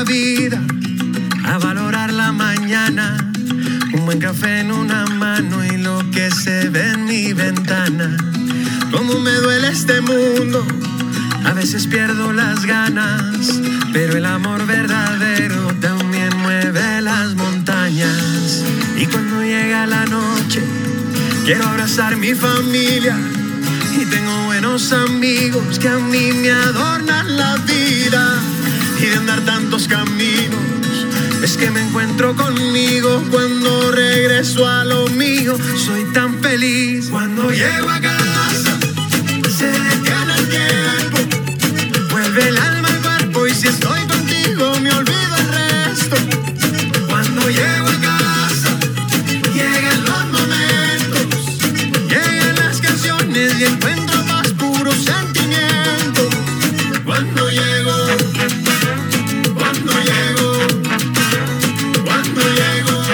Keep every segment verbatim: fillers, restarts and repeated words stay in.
la vida, a valorar la mañana. Un buen café en una mano y lo que se ve en mi ventana. Cómo me duele este mundo, a veces pierdo las ganas, pero el amor verdadero también mueve las montañas. Y cuando llega la noche, quiero abrazar mi familia. Y tengo buenos amigos que a mí me adornan la vida. Y de andar tantos caminos, es que me encuentro conmigo cuando regreso a lo mío. Soy tan feliz cuando llego a casa, se detiene el tiempo, vuelve el alma al cuerpo y si estoy contigo me olvido el resto. Cuando llego a casa, llegan los momentos, llegan las canciones y encuentro más puro sentimiento. Cuando llego, cuando llego, cuando llego.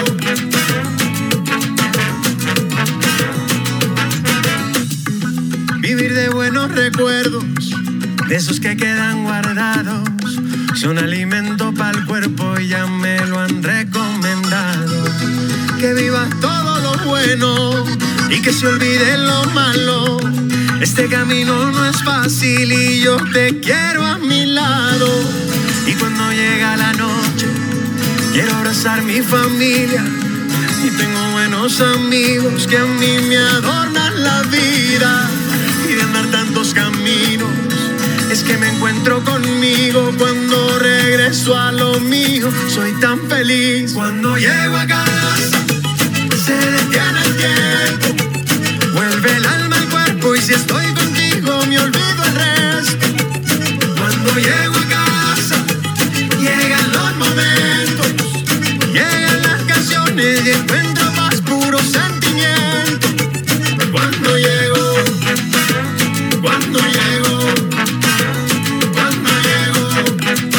Vivir de buenos recuerdos, de esos que quedan guardados, son alimento para el cuerpo y ya me lo han recomendado. Que vivas todo lo bueno y que se olvide lo malo. Este camino no es fácil y yo te quiero a mi lado. Y cuando llega la noche, quiero abrazar mi familia. Y tengo buenos amigos que a mí me adornan la vida. Y de andar tantos caminos, es que me encuentro conmigo cuando regreso a lo mío. Soy tan feliz cuando llego a casa, se detiene el tiempo, vuelve el alma al cuerpo y si estoy contigo me olvido el resto. Cuando llego a casa, llegan los momentos, llegan las canciones y encuentro más puro sentimiento. Cuando llego, cuando llego, cuando llego,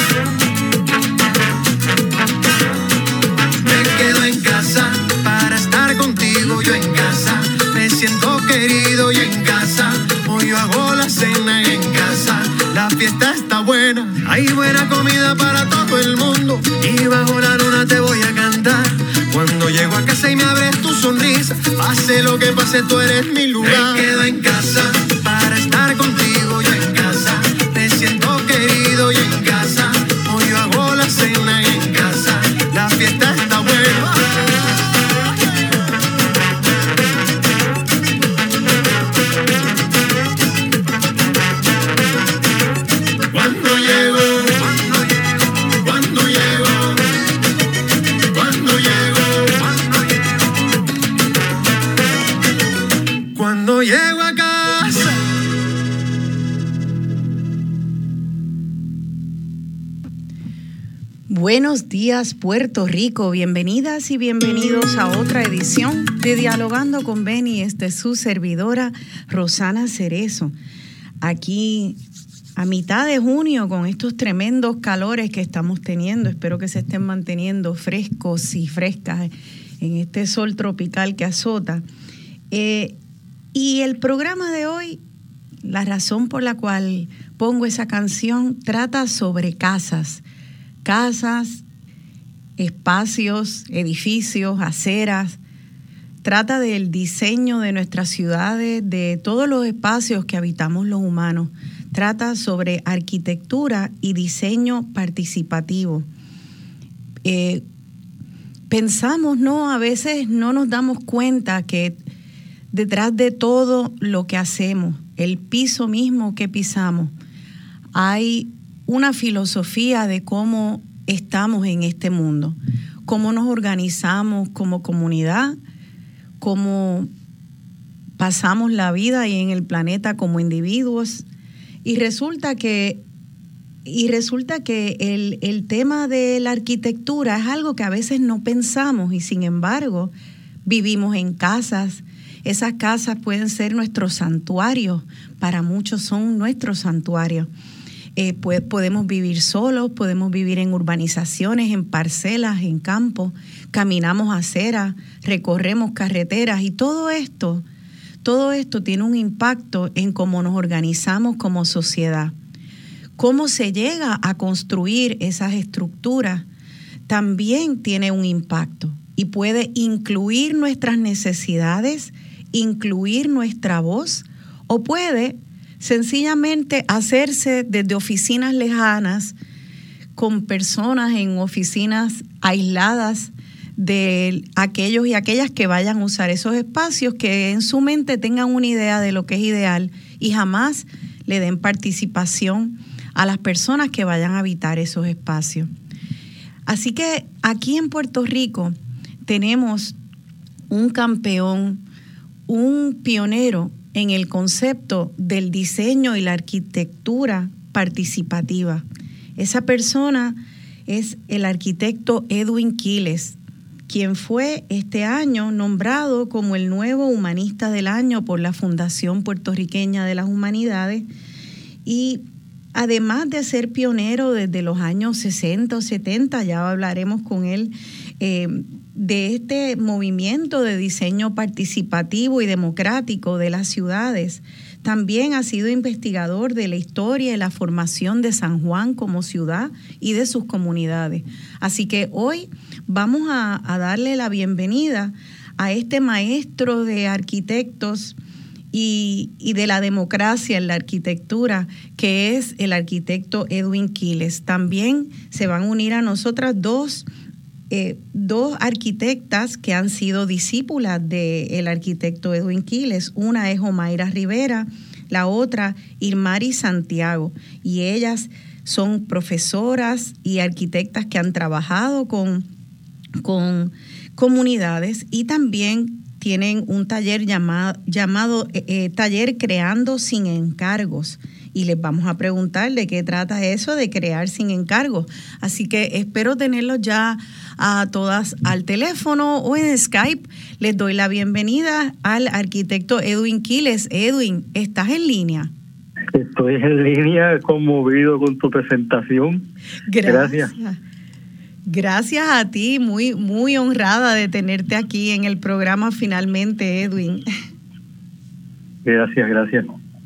me quedo en casa para estar contigo. Yo en casa me siento querido y en casa hoy yo hago la cena en casa. La fiesta está buena, hay buena comida para todo el mundo y bajo la luna te voy a cantar. Cuando llego a casa y me abres tu sonrisa, pase lo que pase tú eres mi lugar. Me quedo en casa para estar contigo. Yo en casa me siento querido y en casa hoy yo hago la cena en casa. La fiesta está buena. Cuando llego, cuando llego, cuando llego, cuando llego a casa. Buenos días, Puerto Rico. Bienvenidas y bienvenidos a otra edición de Dialogando con Beni. Esta es su servidora, Rosana Cerezo. Aquí a mitad de junio, con estos tremendos calores que estamos teniendo, espero que se estén manteniendo frescos y frescas en este sol tropical que azota. Eh, y el programa de hoy, la razón por la cual pongo esa canción, trata sobre casas. Casas, espacios, edificios, aceras. Trata del diseño de nuestras ciudades, de todos los espacios que habitamos los humanos. Trata sobre arquitectura y diseño participativo. Eh, pensamos, ¿no? A veces no nos damos cuenta que detrás de todo lo que hacemos, el piso mismo que pisamos, hay una filosofía de cómo estamos en este mundo, cómo nos organizamos como comunidad, cómo pasamos la vida y en el planeta como individuos. Y resulta que, y resulta que el, el tema de la arquitectura es algo que a veces no pensamos y sin embargo vivimos en casas. Esas casas pueden ser nuestros santuarios, para muchos son nuestros santuarios. Eh, pues podemos vivir solos, podemos vivir en urbanizaciones, en parcelas, en campos, caminamos aceras, recorremos carreteras y todo esto, todo esto tiene un impacto en cómo nos organizamos como sociedad. cómo se llega a construir esas estructuras, también tiene un impacto y puede incluir nuestras necesidades, incluir nuestra voz, o puede sencillamente hacerse desde oficinas lejanas, con personas en oficinas aisladas de aquellos y aquellas que vayan a usar esos espacios, que en su mente tengan una idea de lo que es ideal y jamás le den participación a las personas que vayan a habitar esos espacios. Así que aquí en Puerto Rico tenemos un campeón, un pionero en el concepto del diseño y la arquitectura participativa. Esa persona es el arquitecto Edwin Quiles, quien fue este año nombrado como el nuevo humanista del año por la Fundación Puertorriqueña de las Humanidades, y además de ser pionero desde los años sesenta o setenta, ya hablaremos con él, eh, de este movimiento de diseño participativo y democrático de las ciudades. También ha sido investigador de la historia y la formación de San Juan como ciudad y de sus comunidades. Así que hoy vamos a, a darle la bienvenida a este maestro de arquitectos y, y de la democracia en la arquitectura, que es el arquitecto Edwin Quiles. También se van a unir a nosotras dos Eh, dos arquitectas que han sido discípulas del arquitecto Edwin Quiles. Una es Omaira Rivera, la otra Irmari Santiago, y ellas son profesoras y arquitectas que han trabajado con, con comunidades, y también tienen un taller llamado, llamado eh, eh, Taller Creando Sin Encargos. Y les vamos a preguntar de qué trata eso de crear sin encargos. Así que espero tenerlos ya a todas al teléfono o en Skype. Les doy la bienvenida al arquitecto Edwin Quiles. Edwin, ¿estás en línea? Estoy en línea, conmovido con tu presentación. Gracias. Gracias. Gracias a ti, muy, muy honrada de tenerte aquí en el programa finalmente, Edwin. Gracias, gracias.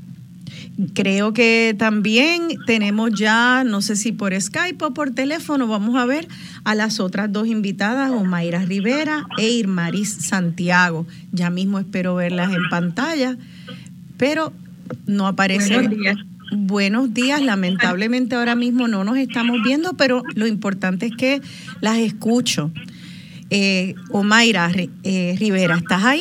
Creo que también tenemos ya, no sé si por Skype o por teléfono, vamos a ver a las otras dos invitadas, Omaira Rivera e Irmaris Santiago. Ya mismo espero verlas en pantalla, pero no aparece. Buenos días. Buenos días, lamentablemente ahora mismo no nos estamos viendo, pero lo importante es que las escucho. Eh, Omaira eh, Rivera, ¿estás ahí?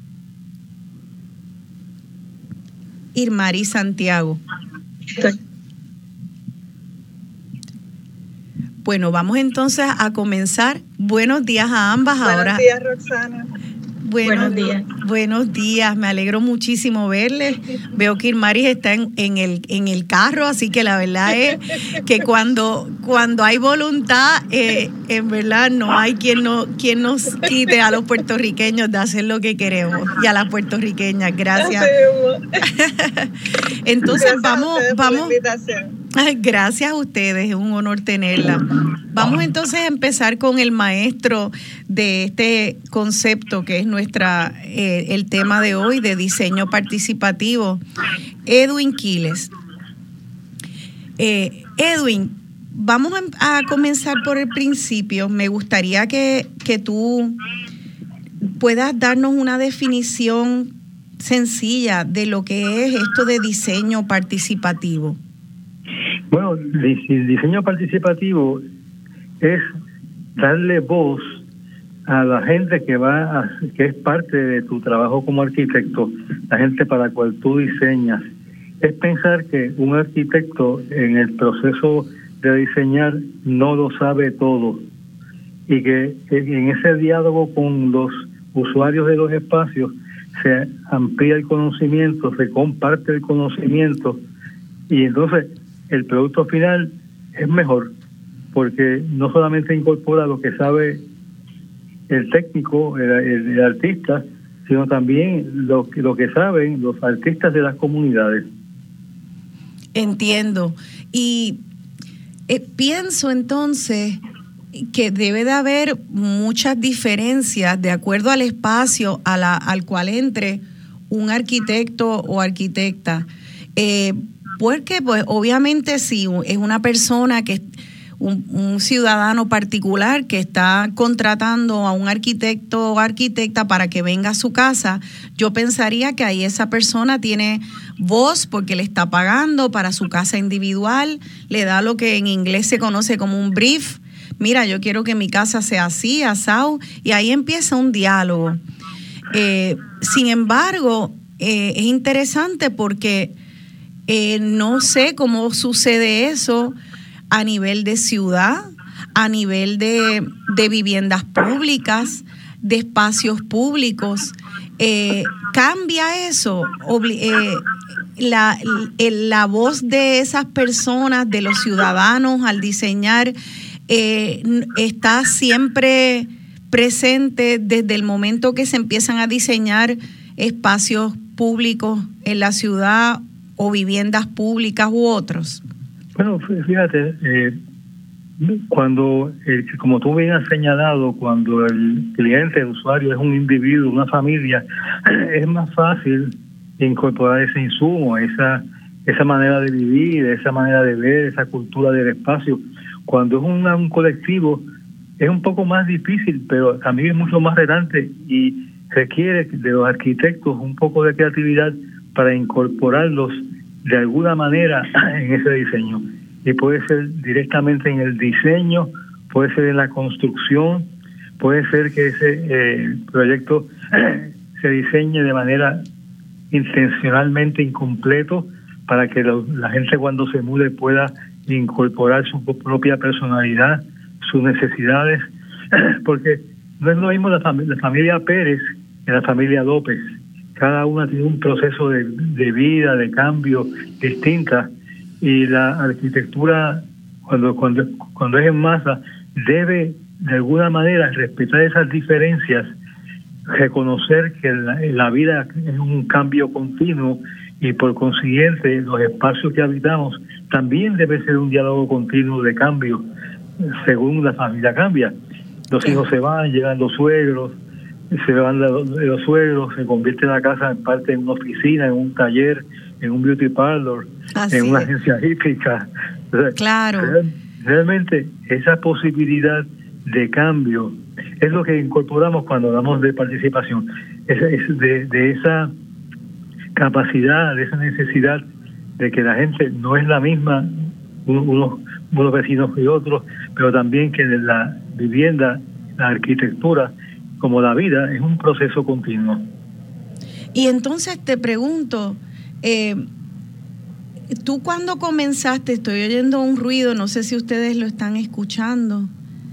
Irmari Santiago. Estoy. Bueno, vamos entonces a comenzar. Buenos días a ambas. Buenos ahora. días, Roxana. Buenos, buenos días. Buenos días, me alegro muchísimo verles. Veo que Irmaris está en, en, el, en el carro, así que la verdad es que cuando, cuando hay voluntad, eh, en verdad no hay quien, no, quien nos quite a los puertorriqueños de hacer lo que queremos, y a las puertorriqueñas. Gracias. Entonces Gracias vamos, a vamos. por Gracias a ustedes, es un honor tenerla. Vamos entonces a empezar con el maestro de este concepto que es nuestra eh, el tema de hoy de diseño participativo, Edwin Quiles. Eh, Edwin, vamos a, a comenzar por el principio. Me gustaría que, que tú puedas darnos una definición sencilla de lo que es esto de diseño participativo. Bueno, el diseño participativo es darle voz a la gente que va a, que es parte de tu trabajo como arquitecto, la gente para la cual tú diseñas. Es pensar que un arquitecto en el proceso de diseñar no lo sabe todo, y que en ese diálogo con los usuarios de los espacios se amplía el conocimiento, se comparte el conocimiento, y entonces el producto final es mejor, porque no solamente incorpora lo que sabe el técnico, el, el, el artista, sino también lo, lo que saben los artistas de las comunidades. Entiendo. Y eh, pienso entonces que debe de haber muchas diferencias de acuerdo al espacio a la, al cual entre un arquitecto o arquitecta. Eh, porque pues obviamente si es una persona que un, un ciudadano particular que está contratando a un arquitecto o arquitecta para que venga a su casa, yo pensaría que ahí esa persona tiene voz porque le está pagando para su casa individual, le da lo que en inglés se conoce como un brief. Mira, yo quiero que mi casa sea así, asao, y ahí empieza un diálogo. Eh, sin embargo, eh, es interesante porque eh, no sé cómo sucede eso a nivel de ciudad, a nivel de, de viviendas públicas, de espacios públicos. Eh, ¿Cambia eso? Obli- eh, la, la voz de esas personas, de los ciudadanos al diseñar, eh, está siempre presente desde el momento que se empiezan a diseñar espacios públicos en la ciudad o viviendas públicas u otros. Bueno, fíjate, eh, cuando, eh, como tú bien has señalado, cuando el cliente, el usuario es un individuo, una familia, es más fácil incorporar ese insumo, esa esa manera de vivir, esa manera de ver, esa cultura del espacio. Cuando es un, un colectivo es un poco más difícil, pero también es mucho más retante y requiere de los arquitectos un poco de creatividad para incorporarlos de alguna manera en ese diseño. Y puede ser directamente en el diseño, puede ser en la construcción, puede ser que ese eh, proyecto eh, se diseñe de manera intencionalmente incompleto para que lo, la gente cuando se mude pueda incorporar su propia personalidad, sus necesidades, porque no es lo mismo la, fam- la familia Pérez que la familia López. Cada una tiene un proceso de, de vida, de cambio distinta, y la arquitectura, cuando, cuando, cuando es en masa, debe de alguna manera respetar esas diferencias, reconocer que la, la vida es un cambio continuo y por consiguiente los espacios que habitamos también debe ser un diálogo continuo de cambio según la familia cambia. Los sí. hijos se van, llegan los suegros, se van los, los suegros, se convierte la casa en parte en una oficina, en un taller, en un beauty parlor, Así en una es. agencia hípica. Claro. Real, realmente esa posibilidad de cambio es lo que incorporamos cuando hablamos de participación, es, es de, de esa capacidad, de esa necesidad de que la gente no es la misma, unos, unos vecinos y otros, pero también que la vivienda, la arquitectura, como la vida, es un proceso continuo. Y entonces te pregunto, eh, tú cuando comenzaste, estoy oyendo un ruido, no sé si ustedes lo están escuchando.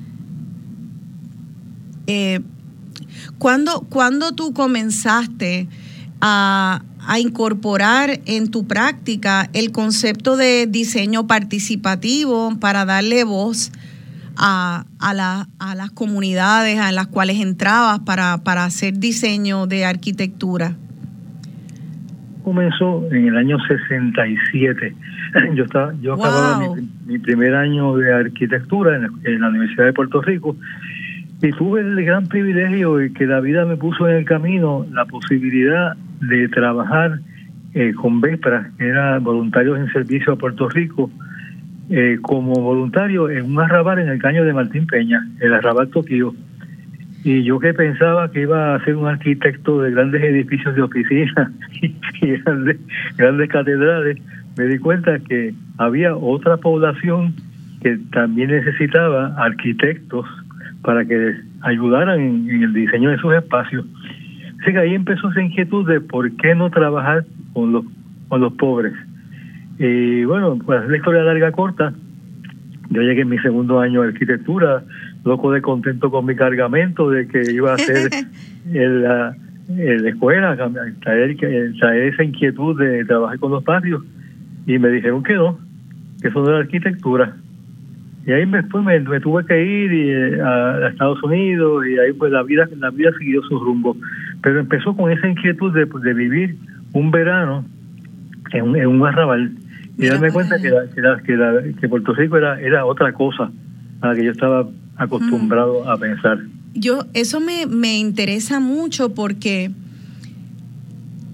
Eh, ¿cuándo, ¿Cuándo tú comenzaste a, a incorporar en tu práctica el concepto de diseño participativo para darle voz a, a, la, a las comunidades a las cuales entrabas para, para hacer diseño de arquitectura? Comenzó en el año sesenta y siete. Yo estaba, yo wow. acababa mi, mi primer año de arquitectura en, en la Universidad de Puerto Rico. Y tuve el gran privilegio de que la vida me puso en el camino la posibilidad de trabajar eh, con Vespra, que era voluntarios en servicio a Puerto Rico, eh, como voluntario en un arrabal en el caño de Martín Peña, el arrabal Tokio. Y yo que pensaba que iba a ser un arquitecto de grandes edificios de oficina y, y grandes, grandes catedrales, me di cuenta que había otra población que también necesitaba arquitectos para que ayudaran en, en el diseño de sus espacios. Así que ahí empezó esa inquietud de por qué no trabajar con los con los pobres. Y bueno, pues la historia larga corta, yo llegué en mi segundo año de arquitectura, loco de contento con mi cargamento de que iba a hacer el, la, la escuela, traer, traer esa inquietud de trabajar con los barrios, y me dijeron que no, que eso no era arquitectura. Y ahí después me, me tuve que ir y, a, a Estados Unidos, y ahí pues la vida la vida siguió su rumbo. Pero empezó con esa inquietud de, de vivir un verano en un, en un arrabal y darme cuenta que, la, que, la, que, la, que Puerto Rico era, era otra cosa a la que yo estaba acostumbrado mm. a pensar. Yo eso me, me interesa mucho porque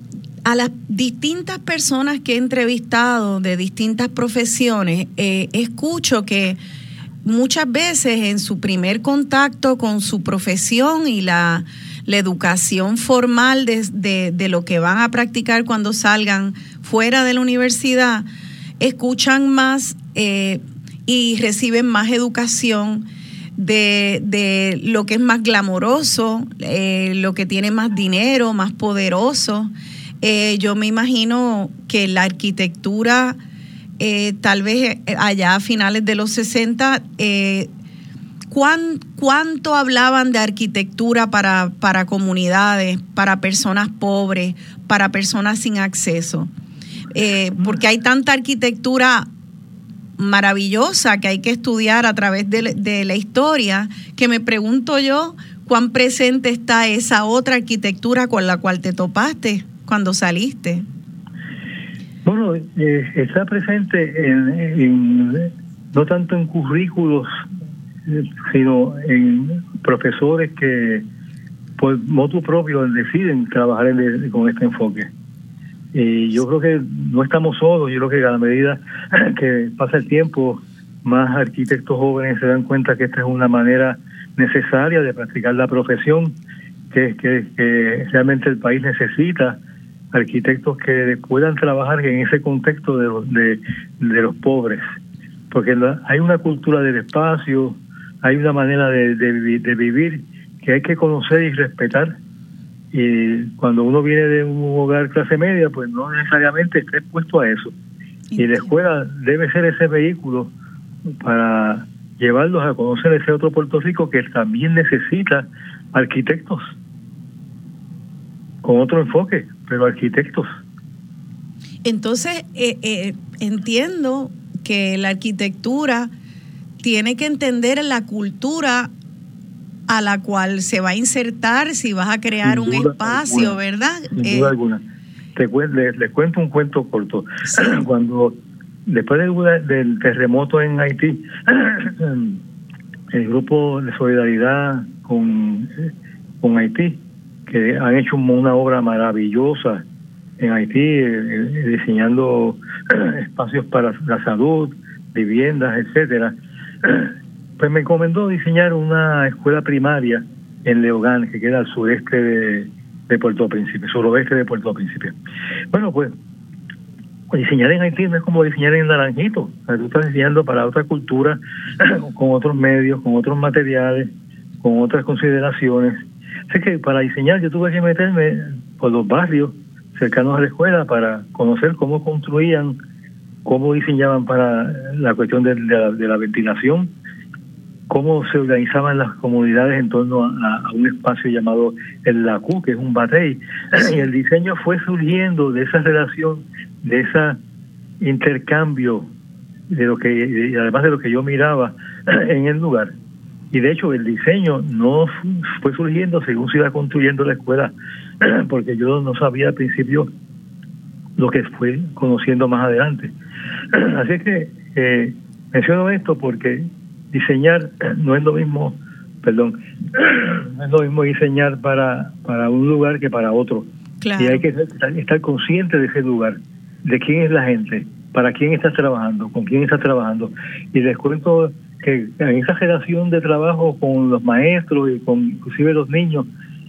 a las distintas personas que he entrevistado de distintas profesiones, eh, escucho que muchas veces en su primer contacto con su profesión y la, la educación formal de, de, de lo que van a practicar cuando salgan fuera de la universidad, escuchan más eh, y reciben más educación de, de lo que es más glamoroso, eh, lo que tiene más dinero, más poderoso. Eh, yo me imagino que la arquitectura, eh, tal vez allá a finales de los sesenta, eh, ¿cuán, ¿cuánto hablaban de arquitectura para, para comunidades, para personas pobres, para personas sin acceso? Eh, porque hay tanta arquitectura maravillosa que hay que estudiar a través de, de la historia, que me pregunto yo cuán presente está esa otra arquitectura con la cual te topaste cuando saliste. Bueno, eh, está presente en, en, no tanto en currículos, sino en profesores que por motu propio deciden trabajar en, con este enfoque. Y yo creo que no estamos solos. Yo creo que a la medida que pasa el tiempo, más arquitectos jóvenes se dan cuenta que esta es una manera necesaria de practicar la profesión, que, que, que realmente el país necesita arquitectos que puedan trabajar en ese contexto de los, de, de los pobres, porque la, hay una cultura del espacio, hay una manera de, de, de vivir que hay que conocer y respetar. Y cuando uno viene de un hogar clase media, pues no necesariamente está expuesto a eso. Y la escuela debe ser ese vehículo para llevarlos a conocer ese otro Puerto Rico que también necesita arquitectos con otro enfoque, pero arquitectos. Entonces, eh, eh, entiendo que la arquitectura tiene que entender la cultura a la cual se va a insertar si vas a crear un espacio, alguna, ¿verdad? Sin eh, duda alguna. Te les, les cuento un cuento corto. Sí. Cuando, después del, del terremoto en Haití, el grupo de solidaridad con, con Haití, que han hecho una obra maravillosa en Haití, eh, diseñando espacios para la salud, viviendas, etcétera, pues me encomendó diseñar una escuela primaria en Leogán, que queda al sureste de, de Puerto Príncipe, suroeste de Puerto Príncipe. Bueno, pues diseñar en Haití no es como diseñar en Naranjito. O sea, tú estás diseñando para otra cultura, con otros medios, con otros materiales, con otras consideraciones. Así que para diseñar yo tuve que meterme por los barrios cercanos a la escuela para conocer cómo construían, cómo diseñaban para la cuestión de, de, la, de la ventilación, cómo se organizaban las comunidades en torno a, a un espacio llamado el Lacú, que es un batey. Y el diseño fue surgiendo de esa relación, de ese intercambio, de lo que, y además de lo que yo miraba en el lugar. Y de hecho el diseño no fue surgiendo según se iba construyendo la escuela, porque yo no sabía al principio lo que fue conociendo más adelante. Así que eh, menciono esto porque diseñar no es lo mismo, perdón, no es lo mismo diseñar para, para un lugar que para otro. Claro. Y hay que estar, estar consciente de ese lugar, de quién es la gente, para quién estás trabajando, con quién estás trabajando. Y les cuento que en esa generación de trabajo con los maestros y con inclusive los niños,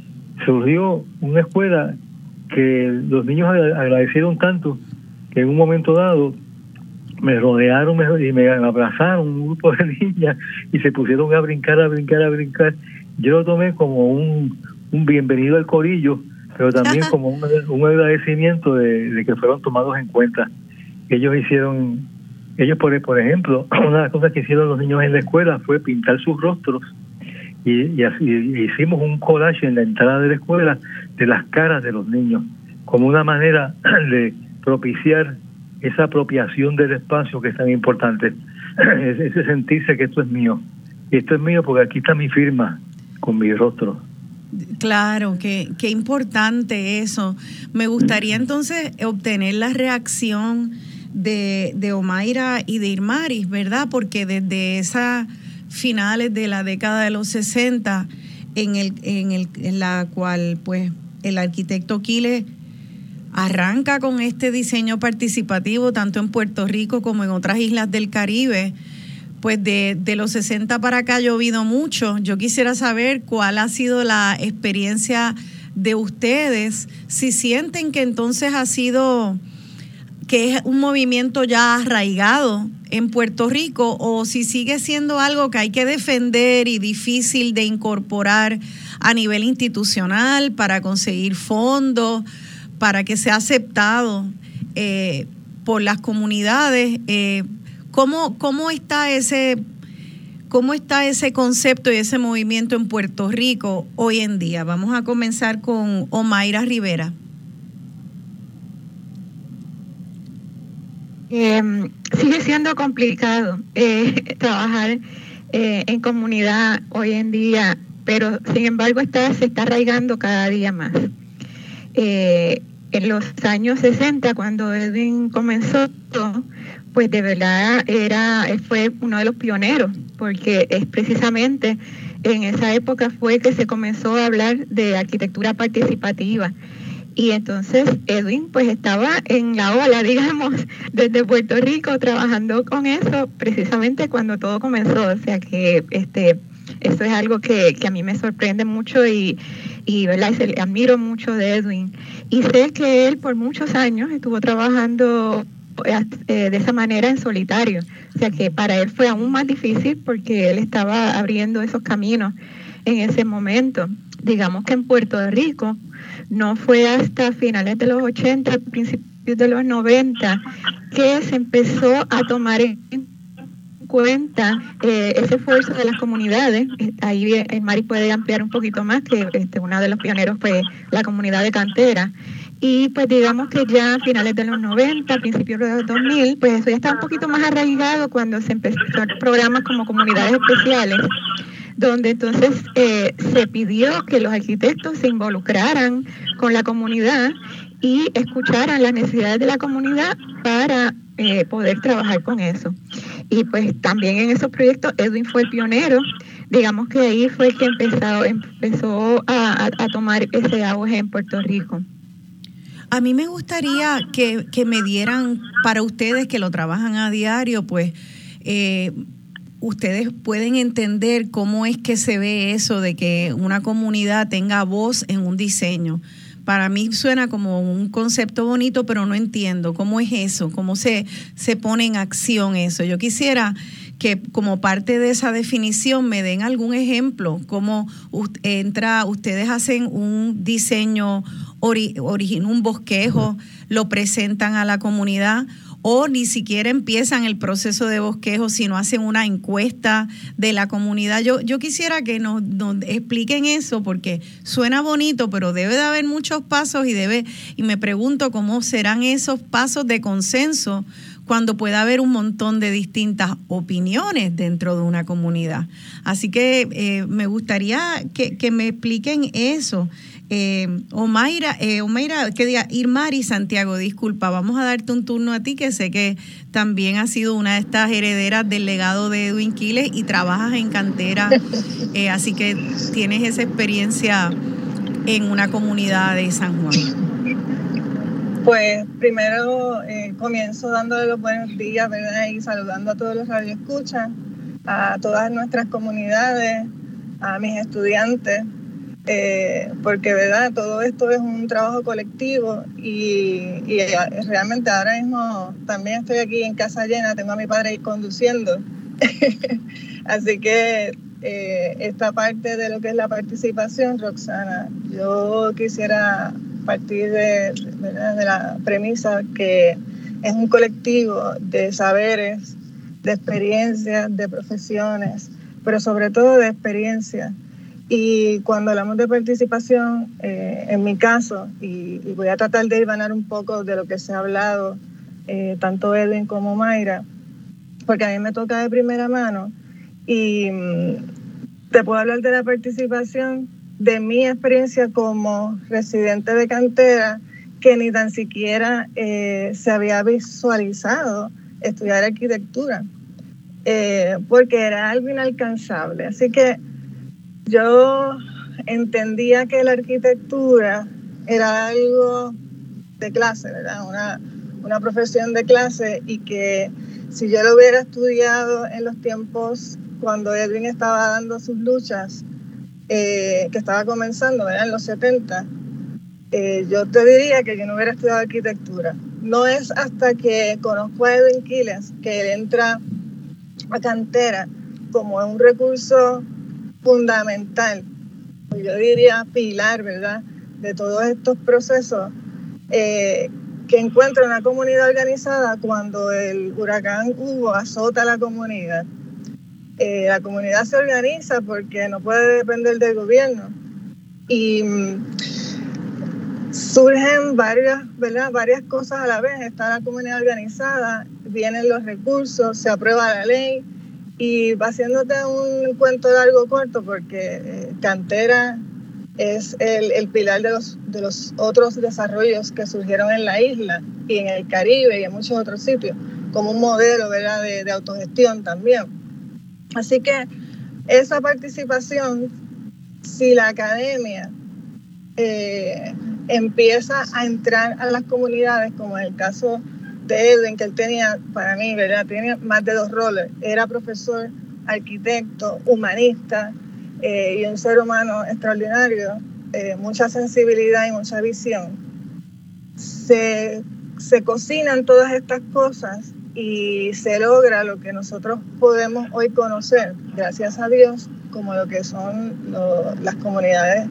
surgió una escuela que los niños agradecieron tanto que en un momento dado me rodearon y me abrazaron un grupo de niñas y se pusieron a brincar, a brincar, a brincar. Yo lo tomé como un, un bienvenido al corillo, pero también como un, un agradecimiento de, de que fueron tomados en cuenta. Ellos hicieron, ellos por, por ejemplo, una de las cosas que hicieron los niños en la escuela fue pintar sus rostros y, y, así, y hicimos un collage en la entrada de la escuela de las caras de los niños, como una manera de propiciar esa apropiación del espacio que es tan importante, ese sentirse que esto es mío, y esto es mío porque aquí está mi firma con mi rostro. Claro, qué, qué importante eso. Me gustaría entonces obtener la reacción de, de Omaira y de Irmaris, ¿verdad? Porque desde esas finales de la década de los sesenta, en, el, en, el, en la cual pues el arquitecto Quiles arranca con este diseño participativo tanto en Puerto Rico como en otras islas del Caribe. Pues de, de los sesenta para acá ha llovido mucho. Yo quisiera saber cuál ha sido la experiencia de ustedes, si sienten que entonces ha sido, que es un movimiento ya arraigado en Puerto Rico, o si sigue siendo algo que hay que defender y difícil de incorporar a nivel institucional para conseguir fondos, para que sea aceptado eh, por las comunidades. Eh, ¿cómo, cómo está ese, cómo está ese concepto y ese movimiento en Puerto Rico hoy en día? Vamos a comenzar con Omayra Rivera. Eh, sigue siendo complicado eh, trabajar eh, en comunidad hoy en día, pero sin embargo está, se está arraigando cada día más. Eh, en los años sesenta, cuando Edwin comenzó, pues de verdad era, fue uno de los pioneros, porque es precisamente en esa época fue que se comenzó a hablar de arquitectura participativa. Y entonces Edwin pues estaba en la ola, digamos, desde Puerto Rico trabajando con eso precisamente cuando todo comenzó. O sea que este eso es algo que, que a mí me sorprende mucho y, y ¿verdad? Se, admiro mucho de Edwin. Y sé que él por muchos años estuvo trabajando eh, de esa manera en solitario. O sea que para él fue aún más difícil porque él estaba abriendo esos caminos en ese momento. Digamos que en Puerto Rico no fue hasta finales de los ochenta, principios de los noventa, que se empezó a tomar en cuenta eh, ese esfuerzo de las comunidades. Ahí eh, Mari puede ampliar un poquito más, que este, uno de los pioneros fue la comunidad de Cantera. Y pues digamos que ya a finales de los noventa, principios de los dos mil, pues eso ya está un poquito más arraigado cuando se empezó programas como comunidades especiales, donde entonces eh, se pidió que los arquitectos se involucraran con la comunidad y escucharan las necesidades de la comunidad para eh, poder trabajar con eso. Y pues también en esos proyectos Edwin fue el pionero. Digamos que ahí fue que empezó, empezó a, a, a tomar ese auge en Puerto Rico. A mí me gustaría que, que me dieran, para ustedes que lo trabajan a diario, pues eh, ustedes pueden entender cómo es que se ve eso de que una comunidad tenga voz en un diseño. Para mí suena como un concepto bonito, pero no entiendo cómo es eso, cómo se, se pone en acción eso. Yo quisiera que como parte de esa definición me den algún ejemplo, cómo entra, ustedes hacen un diseño ori, origin, un bosquejo, lo presentan a la comunidad, o ni siquiera empiezan el proceso de bosquejo, sino hacen una encuesta de la comunidad. Yo, yo quisiera que nos, nos expliquen eso, porque suena bonito, pero debe de haber muchos pasos y debe, y me pregunto cómo serán esos pasos de consenso cuando pueda haber un montón de distintas opiniones dentro de una comunidad. Así que eh, me gustaría que, que me expliquen eso. Eh, Omayra, eh, Omayra, que diga, Irmari Santiago, disculpa, vamos a darte un turno a ti, que sé que también has sido una de estas herederas del legado de Edwin Quiles y trabajas en Cantera, eh, así que tienes esa experiencia en una comunidad de San Juan. Pues primero eh, comienzo dándole los buenos días, ¿verdad? Y saludando a todos los radioescuchas, a todas nuestras comunidades, a mis estudiantes. Eh, porque verdad todo esto es un trabajo colectivo y, y realmente ahora mismo también estoy aquí en casa llena, tengo a mi padre ahí conduciendo así que eh, esta parte de lo que es la participación, Roxana, yo quisiera partir de, de, de la premisa que es un colectivo de saberes, de experiencias, de profesiones, pero sobre todo de experiencias. Y cuando hablamos de participación, eh, en mi caso, y, y voy a tratar de hilvanar un poco de lo que se ha hablado, eh, tanto Edwin como Mayra, porque a mí me toca de primera mano, y mm, te puedo hablar de la participación, de mi experiencia como residente de Cantera, que ni tan siquiera eh, se había visualizado estudiar arquitectura, eh, porque era algo inalcanzable. Así que yo entendía que la arquitectura era algo de clase, ¿verdad? Una, una profesión de clase, y que si yo lo hubiera estudiado en los tiempos cuando Edwin estaba dando sus luchas, eh, que estaba comenzando, ¿verdad? En los setenta, eh, yo te diría que yo no hubiera estudiado arquitectura. No es hasta que conozco a Edwin Quiles que él entra a Cantera como un recurso fundamental, yo diría pilar, ¿verdad?, de todos estos procesos, eh, que encuentra una comunidad organizada cuando el huracán Hugo azota la comunidad. Eh, la comunidad se organiza porque no puede depender del gobierno, y mm, surgen varias, ¿verdad?, varias cosas a la vez. Está la comunidad organizada, vienen los recursos, se aprueba la ley, y va haciéndote un cuento largo corto, porque eh, Cantera es el, el pilar de los, de los otros desarrollos que surgieron en la isla y en el Caribe y en muchos otros sitios, como un modelo, ¿verdad?, de, de autogestión también. Así que esa participación, si la academia eh, empieza a entrar a las comunidades, como en el caso de Edwin, que él tenía, para mí, ¿verdad?, tenía más de dos roles. Era profesor, arquitecto, humanista, eh, y un ser humano extraordinario, eh, mucha sensibilidad y mucha visión. Se, se cocinan todas estas cosas y se logra lo que nosotros podemos hoy conocer, gracias a Dios, como lo que son lo, las comunidades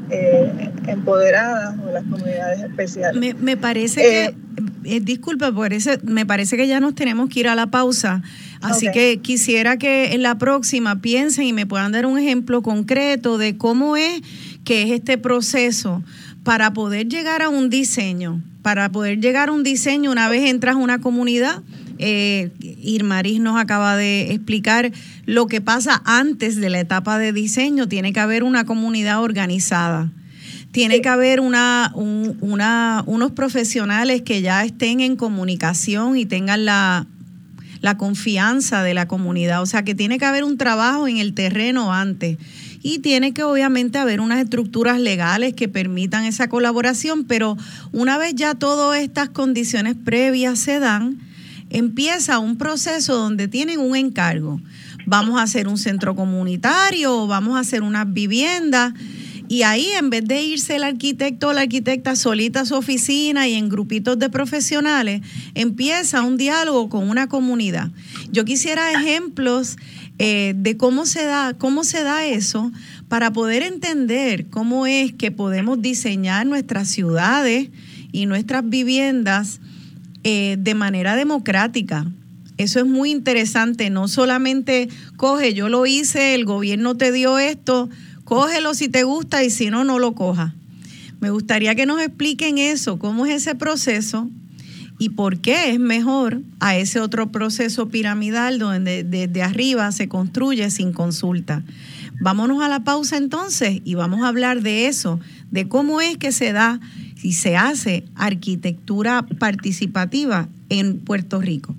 eh, empoderadas o las comunidades especiales. Me, me parece eh, que, eh, disculpa, por eso, me parece que ya nos tenemos que ir a la pausa, así okay. que quisiera que en la próxima piensen y me puedan dar un ejemplo concreto de cómo es que es este proceso para poder llegar a un diseño, para poder llegar a un diseño una vez entras a una comunidad. Eh, Irmaris nos acaba de explicar lo que pasa antes de la etapa de diseño. Tiene que haber una comunidad organizada, tiene sí. que haber una, un, una, unos profesionales que ya estén en comunicación y tengan la, la confianza de la comunidad, o sea que tiene que haber un trabajo en el terreno antes, y tiene que obviamente haber unas estructuras legales que permitan esa colaboración, pero una vez ya todas estas condiciones previas se dan, empieza un proceso donde tienen un encargo. Vamos a hacer un centro comunitario, vamos a hacer unas viviendas, y ahí en vez de irse el arquitecto o la arquitecta solita a su oficina y en grupitos de profesionales, empieza un diálogo con una comunidad. Yo quisiera ejemplos eh, de cómo se da, cómo se da eso, para poder entender cómo es que podemos diseñar nuestras ciudades y nuestras viviendas Eh, de manera democrática. Eso es muy interesante. No solamente coge, yo lo hice, el gobierno te dio esto, cógelo si te gusta y si no, no lo coja. Me gustaría que nos expliquen eso, cómo es ese proceso y por qué es mejor a ese otro proceso piramidal donde desde arriba se construye sin consulta. Vámonos a la pausa entonces y vamos a hablar de eso, de cómo es que se da y se hace arquitectura participativa en Puerto Rico.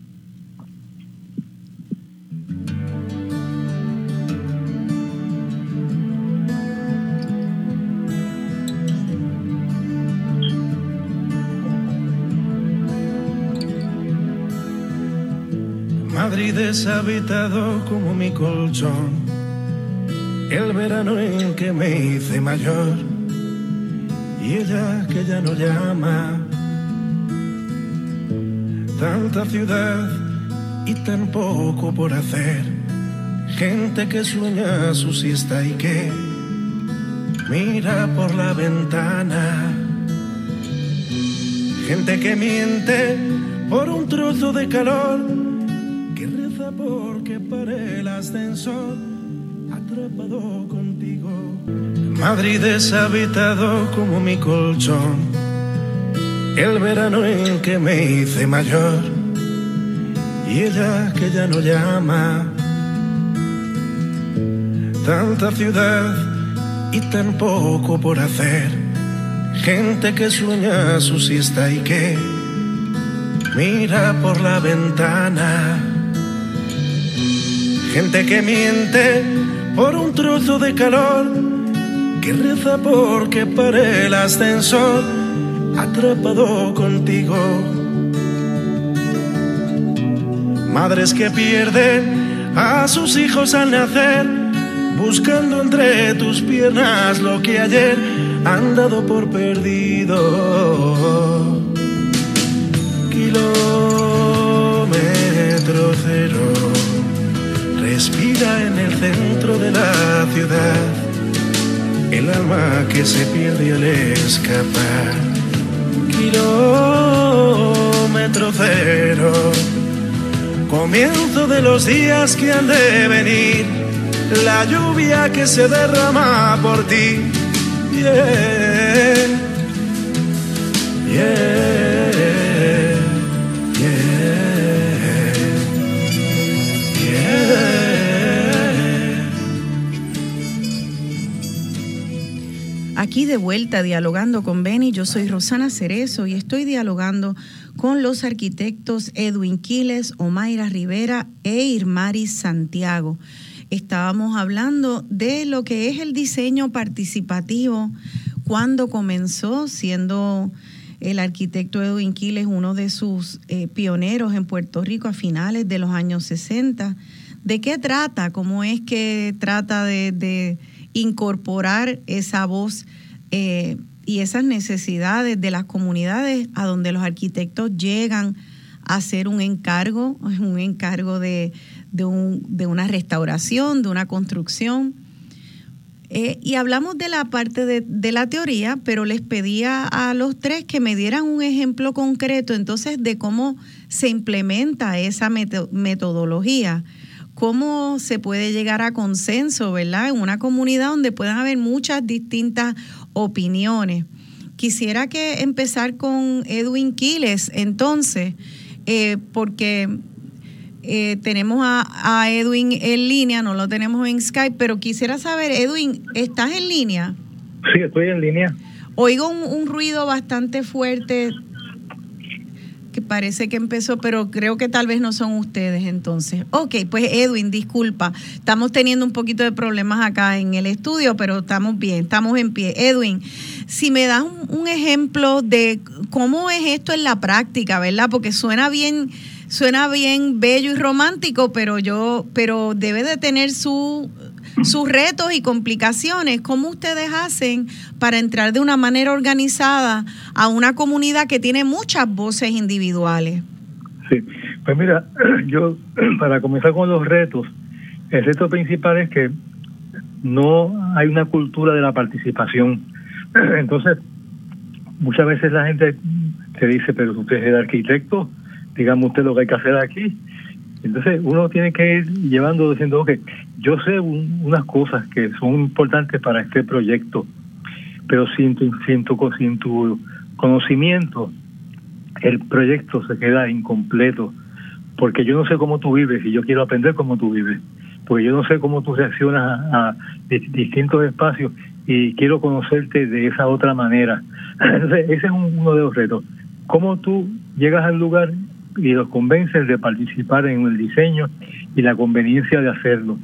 Madrid deshabitado como mi colchón, el verano en que me hice mayor, y ella que ya no llama. Tanta ciudad y tan poco por hacer, gente que sueña su siesta y que mira por la ventana, gente que miente por un trozo de calor, que reza porque pare el ascensor, atrapado contigo. Madrid deshabitado como mi colchón, el verano en que me hice mayor, y ella que ya no llama. Tanta ciudad y tan poco por hacer, gente que sueña su siesta y que mira por la ventana, gente que miente por un trozo de calor, que reza porque pare el ascensor, atrapado contigo. Madres que pierden a sus hijos al nacer, buscando entre tus piernas lo que ayer han dado por perdido. Kilómetro cero, respira en el centro de la ciudad, el alma que se pierde al escapar. Kilómetro cero, comienzo de los días que han de venir, la lluvia que se derrama por ti. Yeah, yeah, yeah, yeah. Aquí de vuelta dialogando con Benny, yo soy Rosana Cerezo y estoy dialogando con los arquitectos Edwin Quiles, Omayra Rivera e Irmaris Santiago. Estábamos hablando de lo que es el diseño participativo, cuando comenzó, siendo el arquitecto Edwin Quiles uno de sus eh, pioneros en Puerto Rico a finales de los años sesenta. ¿De qué trata? ¿Cómo es que trata de, de incorporar esa voz eh, y esas necesidades de las comunidades a donde los arquitectos llegan a hacer un encargo, un encargo de, de, un, de una restauración, de una construcción? Eh, y hablamos de la parte de, de la teoría, pero les pedía a los tres que me dieran un ejemplo concreto entonces de cómo se implementa esa meto- metodología, cómo se puede llegar a consenso, ¿verdad?, en una comunidad donde puedan haber muchas distintas opiniones. Quisiera que empezar con Edwin Quiles, entonces, eh, porque eh, tenemos a, a Edwin en línea, no lo tenemos en Skype, pero quisiera saber, Edwin, ¿estás en línea? Sí, estoy en línea. Oigo un, un ruido bastante fuerte que parece que empezó, pero creo que tal vez no son ustedes entonces. Ok, pues Edwin, disculpa, estamos teniendo un poquito de problemas acá en el estudio, pero estamos bien, estamos en pie. Edwin, si me das un, un ejemplo de cómo es esto en la práctica, ¿verdad? Porque suena bien, suena bien bello y romántico, pero yo, pero debe de tener su, sus retos y complicaciones. ¿Cómo ustedes hacen para entrar de una manera organizada a una comunidad que tiene muchas voces individuales? Sí, pues mira, yo para comenzar con los retos, el reto principal es que no hay una cultura de la participación. Entonces, muchas veces la gente te dice, pero usted es el arquitecto, dígame usted lo que hay que hacer aquí. Entonces uno tiene que ir llevando, diciendo, ok, yo sé un, unas cosas que son importantes para este proyecto, pero sin tu, sin tu, sin tu conocimiento, el proyecto se queda incompleto, porque yo no sé cómo tú vives y yo quiero aprender cómo tú vives, porque yo no sé cómo tú reaccionas a, a distintos espacios y quiero conocerte de esa otra manera. Entonces ese es un, uno de los retos. Cómo tú llegas al lugar y los convences de participar en el diseño y la conveniencia de hacerlo.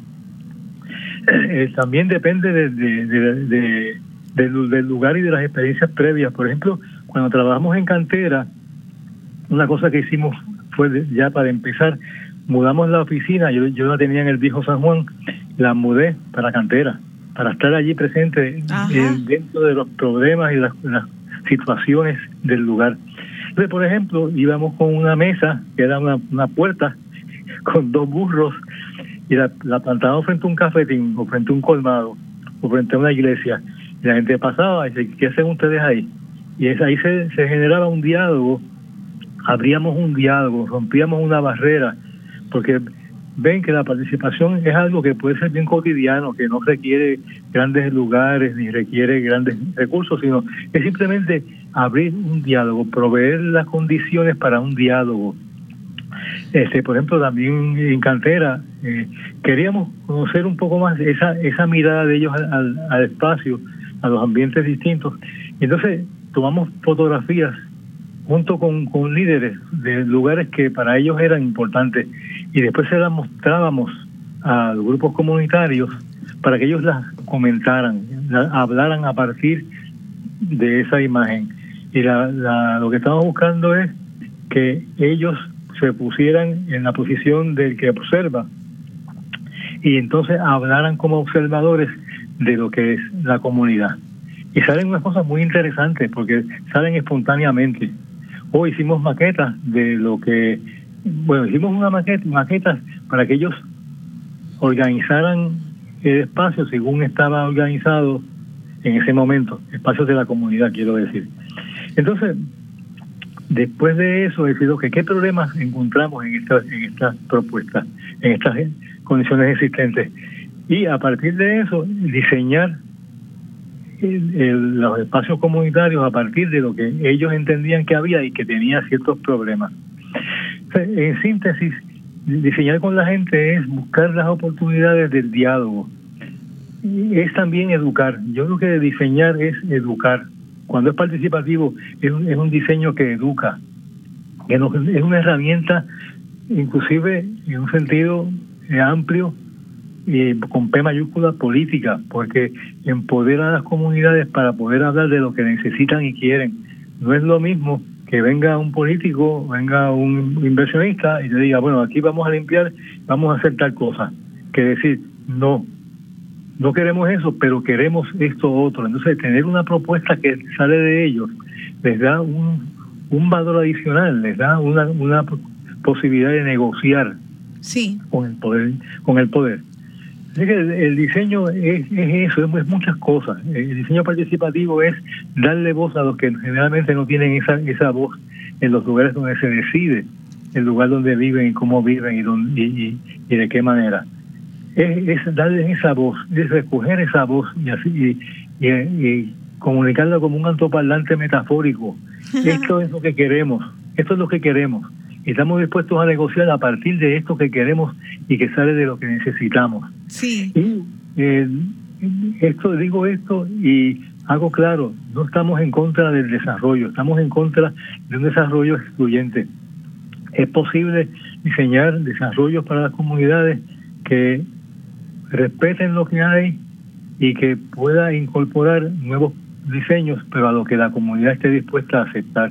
Eh, también depende de, de, de, de, de, del lugar y de las experiencias previas. Por ejemplo, cuando trabajamos en cantera, una cosa que hicimos fue de, ya para empezar, mudamos la oficina, yo, yo la tenía en el viejo San Juan, la mudé para cantera, para estar allí presente en, dentro de los problemas y las, las situaciones del lugar. Entonces, por ejemplo, íbamos con una mesa, que era una, una puerta, con dos burros, y la, la plantábamos frente a un cafetín, o frente a un colmado, o frente a una iglesia. Y la gente pasaba y decía, ¿qué hacen ustedes ahí? Y es, ahí se, se generaba un diálogo, abríamos un diálogo, rompíamos una barrera, porque ven que la participación es algo que puede ser bien cotidiano, que no requiere grandes lugares ni requiere grandes recursos, sino es simplemente abrir un diálogo, proveer las condiciones para un diálogo. Este, por ejemplo, también en cantera eh, queríamos conocer un poco más esa esa mirada de ellos al, al espacio, a los ambientes distintos. Y entonces tomamos fotografías junto con, con líderes de lugares que para ellos eran importantes, y después se las mostrábamos a los grupos comunitarios para que ellos las comentaran, las hablaran a partir de esa imagen. Y la, la, lo que estamos buscando es que ellos se pusieran en la posición del que observa y entonces hablaran como observadores de lo que es la comunidad. Y salen unas cosas muy interesantes porque salen espontáneamente. Hoy hicimos maquetas de lo que, bueno, hicimos una maqueta, maquetas para que ellos organizaran el espacio según estaba organizado en ese momento, espacios de la comunidad, quiero decir. Entonces, después de eso, he decidido que qué problemas encontramos en estas en estas propuestas, en estas condiciones existentes. Y a partir de eso, diseñar el, el, los espacios comunitarios a partir de lo que ellos entendían que había y que tenía ciertos problemas. En síntesis, diseñar con la gente es buscar las oportunidades del diálogo. Es también educar. Yo creo que diseñar es educar. Cuando es participativo, es un, es un diseño que educa, que nos, es una herramienta, inclusive en un sentido eh, amplio, eh, con P mayúscula, política, porque empodera a las comunidades para poder hablar de lo que necesitan y quieren. No es lo mismo que venga un político, venga un inversionista y te diga, bueno, aquí vamos a limpiar, vamos a hacer tal cosa, que decir, no, no queremos eso, pero queremos esto otro. Entonces, tener una propuesta que sale de ellos les da un, un valor adicional, les da una, una posibilidad de negociar sí. con el poder. Con el poder. Así que el, el diseño es, es eso, es, es muchas cosas. El diseño participativo es darle voz a los que generalmente no tienen esa, esa voz en los lugares donde se decide, el lugar donde viven y cómo viven y, dónde, y, y, y de qué manera. Es, es darles esa voz, es recoger esa voz y así y, y, y comunicarla como un altoparlante metafórico. Esto es lo que queremos, esto es lo que queremos. Y estamos dispuestos a negociar a partir de esto que queremos y que sale de lo que necesitamos. Sí. Y eh, esto digo esto y hago claro, no estamos en contra del desarrollo, estamos en contra de un desarrollo excluyente. Es posible diseñar desarrollos para las comunidades que respeten lo que hay y que pueda incorporar nuevos diseños, pero a lo que la comunidad esté dispuesta a aceptar.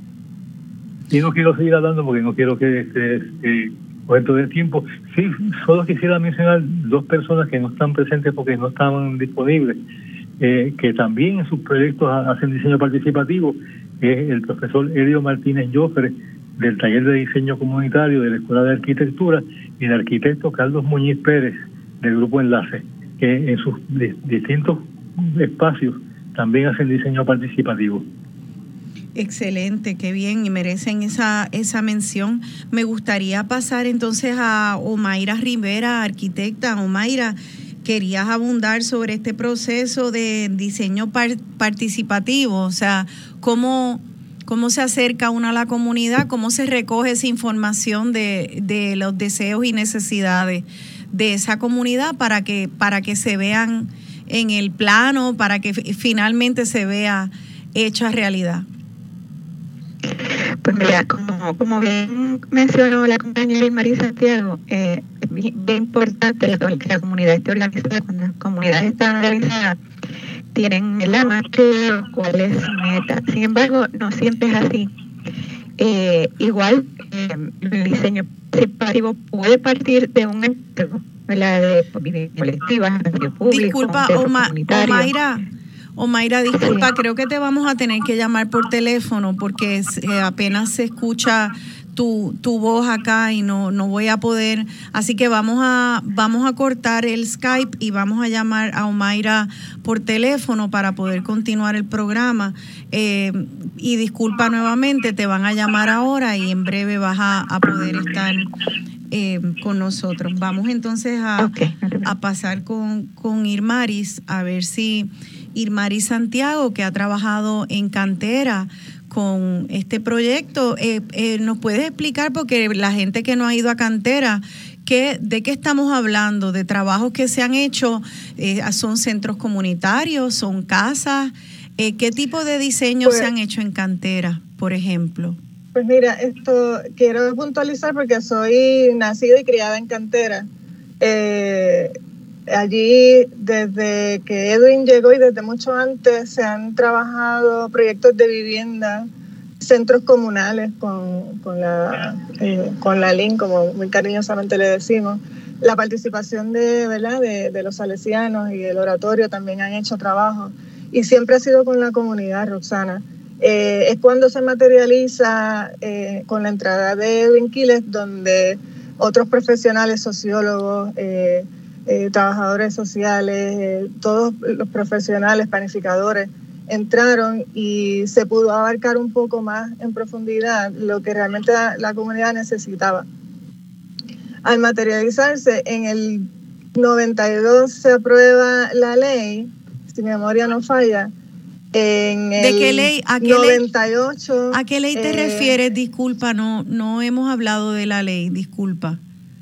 Y no quiero seguir hablando porque no quiero que este, este momento de tiempo. Sí, solo quisiera mencionar dos personas que no están presentes porque no estaban disponibles, eh, que también en sus proyectos hacen diseño participativo. Es el profesor Elio Martínez Joffre, del taller de diseño comunitario de la Escuela de Arquitectura, y el arquitecto Carlos Muñiz Pérez, del Grupo Enlace, que en sus distintos espacios también hacen diseño participativo. Excelente, qué bien, y merecen esa esa mención. Me gustaría pasar entonces a Omaira Rivera, arquitecta. Omaira, querías abundar sobre este proceso de diseño par- participativo, o sea, cómo, cómo se acerca uno a la comunidad, cómo se recoge esa información de, de los deseos y necesidades de esa comunidad para que, para que se vean en el plano, para que finalmente se vea hecha realidad. Pues mira, como, como bien mencionó la compañera Irmari Santiago, eh, es bien importante que la comunidad esté organizada. Cuando las comunidades están organizadas, tienen la más claro cuál es su meta. Sin embargo, no siempre es así. Eh, igual, eh, el diseño participativo puede partir de un entorno, ¿verdad?, de, de colectivas, de público. Disculpa, Oma, Omaira. Omaira, disculpa, creo que te vamos a tener que llamar por teléfono porque eh, apenas se escucha tu, tu voz acá y no, no voy a poder. Así que vamos a, vamos a cortar el Skype y vamos a llamar a Omaira por teléfono para poder continuar el programa. Eh, y disculpa nuevamente, te van a llamar ahora y en breve vas a, a poder estar eh, con nosotros. Vamos entonces a, okay. a pasar con, con Irmaris, a ver si Irmari Santiago, que ha trabajado en cantera con este proyecto, eh, eh, ¿nos puedes explicar, porque la gente que no ha ido a cantera, ¿qué, de qué estamos hablando? ¿De trabajos que se han hecho? Eh, ¿Son centros comunitarios? ¿Son casas? Eh, ¿Qué tipo de diseños pues, se han hecho en cantera, por ejemplo? Pues mira, esto quiero puntualizar porque soy nacida y criada en cantera. Eh, allí, desde que Edwin llegó y desde mucho antes, se han trabajado proyectos de vivienda, centros comunales con, con, la, eh, con la L I N, como muy cariñosamente le decimos. La participación de, ¿verdad? de, de los salesianos y el oratorio también han hecho trabajo. Y siempre ha sido con la comunidad, Roxana. Eh, es cuando se materializa eh, con la entrada de Edwin Quiles, donde otros profesionales, sociólogos, eh, eh, trabajadores sociales, eh, todos los profesionales, planificadores, entraron y se pudo abarcar un poco más en profundidad lo que realmente la, la comunidad necesitaba. Al materializarse, en el noventa y dos se aprueba la ley, si mi memoria no falla. En el ¿De qué ley? ¿A qué noventa y ocho. Ley, ¿A qué ley te eh, refieres? Disculpa, no, no hemos hablado de la ley, disculpa.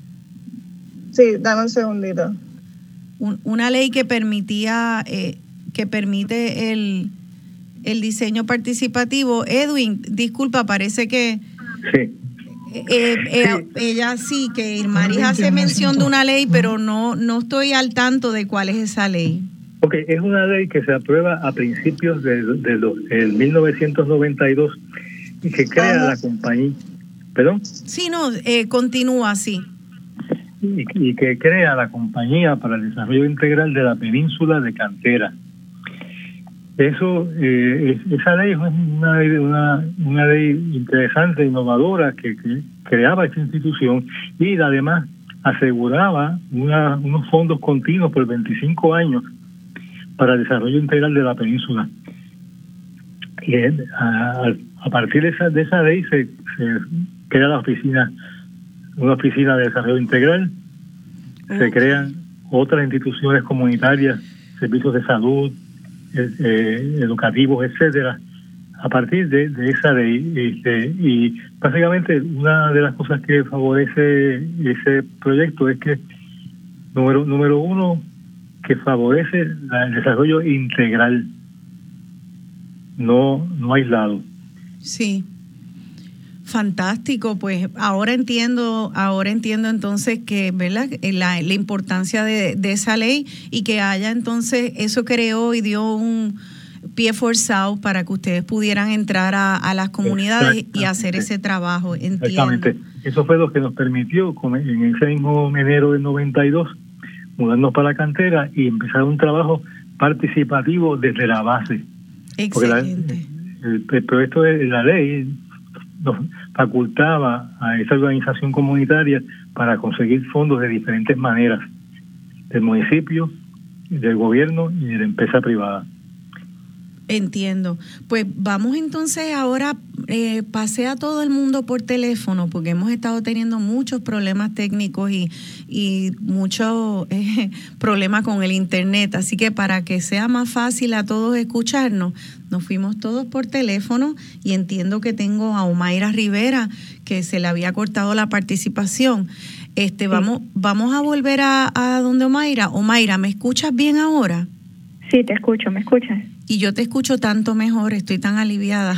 Sí, dame un segundito. Un, una ley que permitía, eh, que permite el, el diseño participativo. Edwin, disculpa, parece que... Sí. Eh, eh, sí. Ella sí, que Irmaris hace mención de una ley, pero no, no estoy al tanto de cuál es esa ley. Ok, es una ley que se aprueba a principios de, de los, del mil novecientos noventa y dos y que crea Ajá. la compañía. ¿Perdón? Sí, no, eh, continúa así. Y, y que crea la Compañía para el Desarrollo Integral de la Península de Cantera. Eso, eh, es, esa ley es una, una, una ley interesante, innovadora, que, que creaba esta institución y además aseguraba una, unos fondos continuos por veinticinco años para el desarrollo integral de la península. Y a, a partir de esa, de esa ley se, se crea la oficina, una oficina de desarrollo integral, okay. Se crean otras instituciones comunitarias, servicios de salud, eh, eh, educativos, etcétera, a partir de, de esa ley. Este, y básicamente una de las cosas que favorece ese proyecto es que, número, número uno, que favorece la, el desarrollo integral, no, no aislado. Sí. Fantástico, pues ahora entiendo, ahora entiendo entonces que, ¿verdad?, la, la importancia de, de esa ley y que haya entonces, eso creó y dio un pie forzado para que ustedes pudieran entrar a, a las comunidades y hacer ese trabajo. Entiendo. Exactamente. Eso fue lo que nos permitió en ese mismo enero del noventa y dos mudarnos para la cantera y empezar un trabajo participativo desde la base. Excelente. La, el, el proyecto de la ley nos facultaba a esa organización comunitaria para conseguir fondos de diferentes maneras, del municipio, del gobierno y de la empresa privada. Entiendo. Pues vamos entonces ahora, eh, pasé a todo el mundo por teléfono porque hemos estado teniendo muchos problemas técnicos y, y muchos eh, problemas con el internet, así que para que sea más fácil a todos escucharnos, nos fuimos todos por teléfono y entiendo que tengo a Omaira Rivera, que se le había cortado la participación. Este, sí. vamos, vamos a volver a, a donde Omaira. Omaira, ¿me escuchas bien ahora? Sí, te escucho, ¿me escuchas? Y yo te escucho tanto mejor, estoy tan aliviada.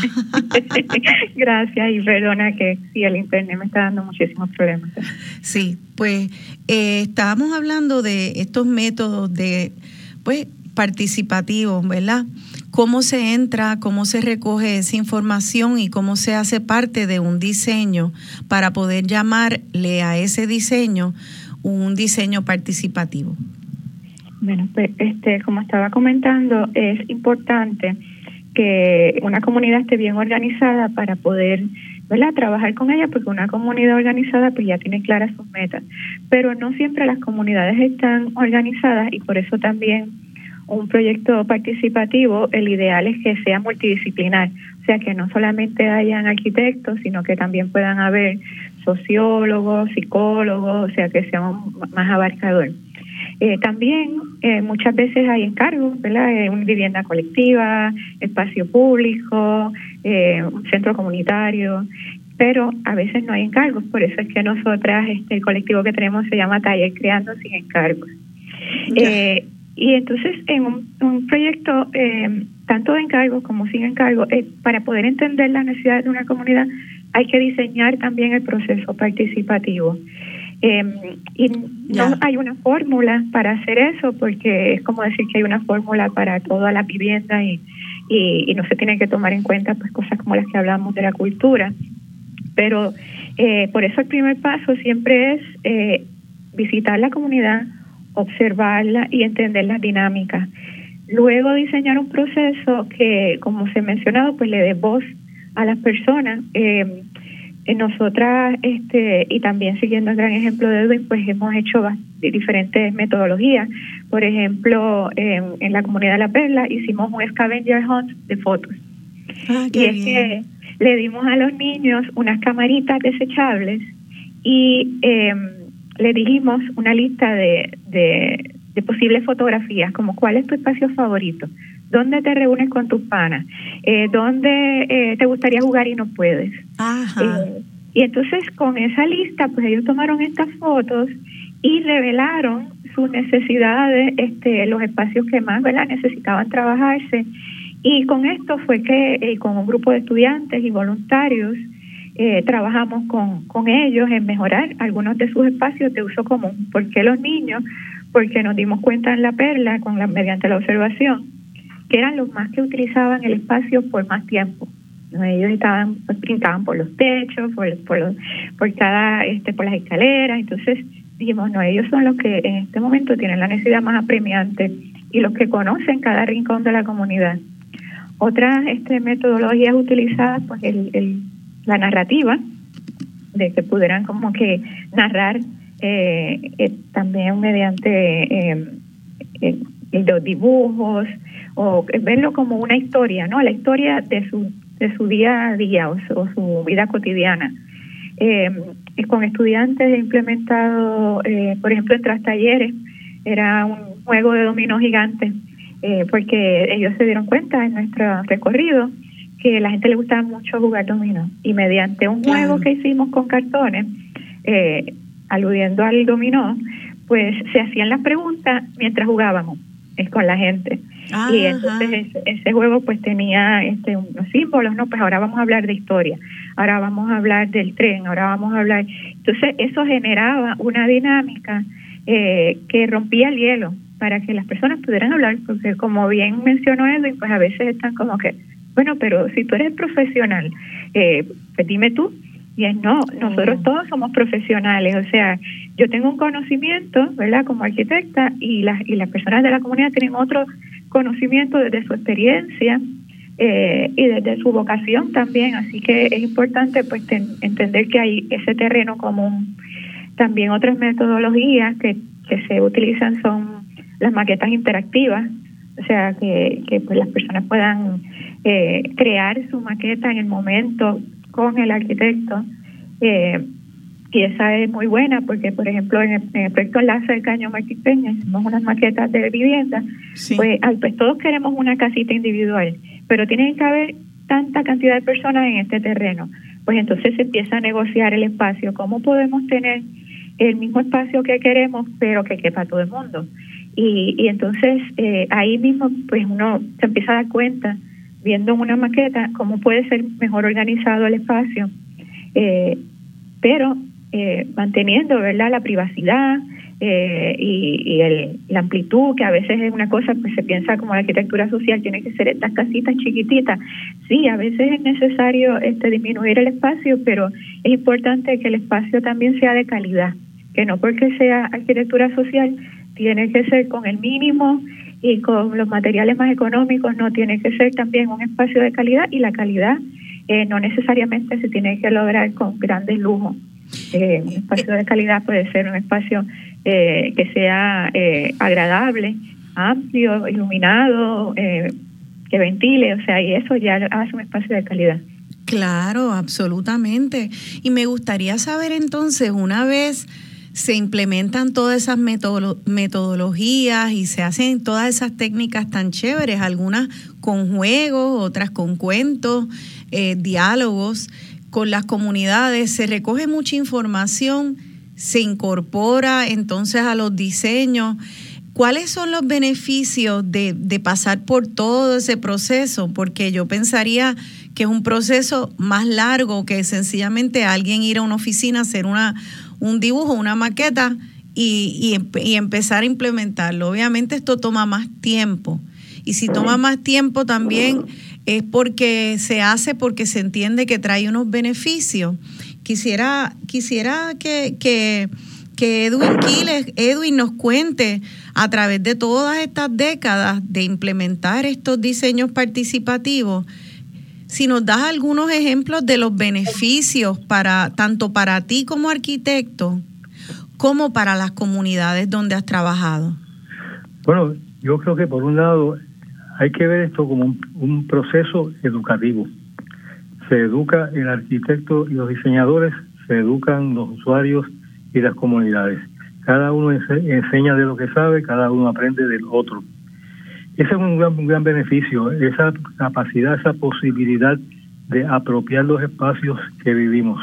Gracias y perdona que sí, el internet me está dando muchísimos problemas. Sí, pues eh, estábamos hablando de estos métodos de, pues, participativos, ¿verdad? Cómo se entra, cómo se recoge esa información y cómo se hace parte de un diseño para poder llamarle a ese diseño un diseño participativo. Bueno, pues este, como estaba comentando, es importante que una comunidad esté bien organizada para poder, ¿verdad?, trabajar con ella, porque una comunidad organizada pues ya tiene claras sus metas, pero no siempre las comunidades están organizadas y por eso también un proyecto participativo, el ideal es que sea multidisciplinar, o sea, que no solamente hayan arquitectos, sino que también puedan haber sociólogos, psicólogos, o sea, que sea un, más abarcador. Eh, también eh, muchas veces hay encargos, ¿verdad? Eh, una vivienda colectiva, espacio público, eh, un centro comunitario, pero a veces no hay encargos, por eso es que nosotras, este, el colectivo que tenemos se llama Taller Creando Sin Encargos. Eh, y entonces en un, un proyecto, eh, tanto de encargos como sin encargos, eh, para poder entender las necesidades de una comunidad hay que diseñar también el proceso participativo. Eh, y no yeah. hay una fórmula para hacer eso, porque es como decir que hay una fórmula para toda la vivienda y, y, y no se tiene que tomar en cuenta pues cosas como las que hablamos de la cultura. Pero eh, por eso el primer paso siempre es eh, visitar la comunidad, observarla y entender las dinámicas. Luego diseñar un proceso que, como se ha mencionado, pues le dé voz a las personas. Eh, nosotras, este, y también siguiendo el gran ejemplo de Edwin, pues hemos hecho diferentes metodologías. Por ejemplo, en, en la comunidad de La Perla hicimos un scavenger hunt de fotos. Ah, y es bien. que le dimos a los niños unas camaritas desechables y eh, le dijimos una lista de, de, de posibles fotografías, como cuál es tu espacio favorito, dónde te reúnes con tus panas, eh, dónde eh, te gustaría jugar y no puedes. Ajá. Eh, y entonces con esa lista, pues ellos tomaron estas fotos y revelaron sus necesidades, este, los espacios que más, ¿verdad?, necesitaban trabajarse. Y con esto fue que eh, con un grupo de estudiantes y voluntarios eh, trabajamos con, con ellos en mejorar algunos de sus espacios de uso común. ¿Por qué los niños? Porque nos dimos cuenta en La Perla, con la, mediante la observación, que eran los más que utilizaban el espacio por más tiempo. ¿No? Ellos estaban, pues, brincaban por los techos, por, por, los, por cada, este, por las escaleras. Entonces dijimos, no, ellos son los que en este momento tienen la necesidad más apremiante y los que conocen cada rincón de la comunidad. Otras este, metodologías utilizadas, pues el, el, la narrativa, de que pudieran como que narrar eh, eh, también mediante eh, eh, los dibujos, o verlo como una historia, ¿no? La historia de su de su día a día o su, o su vida cotidiana. Eh, con estudiantes he implementado, eh, por ejemplo, en Tras Talleres, era un juego de dominó gigante, eh, porque ellos se dieron cuenta en nuestro recorrido que a la gente le gustaba mucho jugar dominó. Y mediante un juego que hicimos con cartones, eh, aludiendo al dominó, pues se hacían las preguntas mientras jugábamos es con la gente. Ah, y entonces ese, ese juego pues tenía este unos símbolos, ¿no? Pues ahora vamos a hablar de historia, ahora vamos a hablar del tren, ahora vamos a hablar... Entonces eso generaba una dinámica eh, que rompía el hielo para que las personas pudieran hablar, porque como bien mencionó Edwin, pues a veces están como que, bueno, pero si tú eres profesional, eh, pues dime tú. Y es no, nosotros todos somos profesionales, o sea, yo tengo un conocimiento, ¿verdad?, como arquitecta, y las y las personas de la comunidad tienen otro conocimiento desde su experiencia eh, y desde su vocación también, así que es importante pues ten, entender que hay ese terreno común. También otras metodologías que, que se utilizan son las maquetas interactivas, o sea, que, que pues las personas puedan eh, crear su maqueta en el momento con el arquitecto, eh, y esa es muy buena porque, por ejemplo, en el, en el proyecto Enlace del Caño Martín Peña hicimos unas maquetas de vivienda, sí. pues, pues todos queremos una casita individual, pero tiene que haber tanta cantidad de personas en este terreno, pues entonces se empieza a negociar el espacio, cómo podemos tener el mismo espacio que queremos, pero que quepa todo el mundo, y, y entonces eh, ahí mismo pues uno se empieza a dar cuenta viendo una maqueta cómo puede ser mejor organizado el espacio, eh, pero eh, manteniendo, ¿verdad?, la privacidad eh, y, y el, la amplitud, que a veces es una cosa, pues se piensa como la arquitectura social, tiene que ser estas casitas chiquititas. Sí, a veces es necesario este disminuir el espacio, pero es importante que el espacio también sea de calidad, que no porque sea arquitectura social tiene que ser con el mínimo y con los materiales más económicos, no, tiene que ser también un espacio de calidad, y la calidad eh, no necesariamente se tiene que lograr con grandes lujos. Eh, un espacio de calidad puede ser un espacio eh, que sea eh, agradable, amplio, iluminado, eh, que ventile, o sea, y eso ya hace un espacio de calidad. Claro, absolutamente. Y me gustaría saber entonces, una vez se implementan todas esas metodolo- metodologías y se hacen todas esas técnicas tan chéveres, algunas con juegos, otras con cuentos, eh, diálogos con las comunidades, se recoge mucha información, se incorpora entonces a los diseños. ¿Cuáles son los beneficios de, de pasar por todo ese proceso? Porque yo pensaría que es un proceso más largo que sencillamente alguien ir a una oficina, hacer una, un dibujo, una maqueta y, y, y empezar a implementarlo. Obviamente esto toma más tiempo. Y si toma más tiempo también es porque se hace, porque se entiende que trae unos beneficios. Quisiera, quisiera que, que, que Edwin Quiles, Edwin nos cuente a través de todas estas décadas de implementar estos diseños participativos, si nos das algunos ejemplos de los beneficios para tanto para ti como arquitecto, como para las comunidades donde has trabajado. Bueno, yo creo que por un lado hay que ver esto como un, un proceso educativo. Se educa el arquitecto y los diseñadores, se educan los usuarios y las comunidades. Cada uno enseña de lo que sabe, cada uno aprende del otro. Ese es un gran, un gran beneficio, esa capacidad, esa posibilidad de apropiar los espacios que vivimos,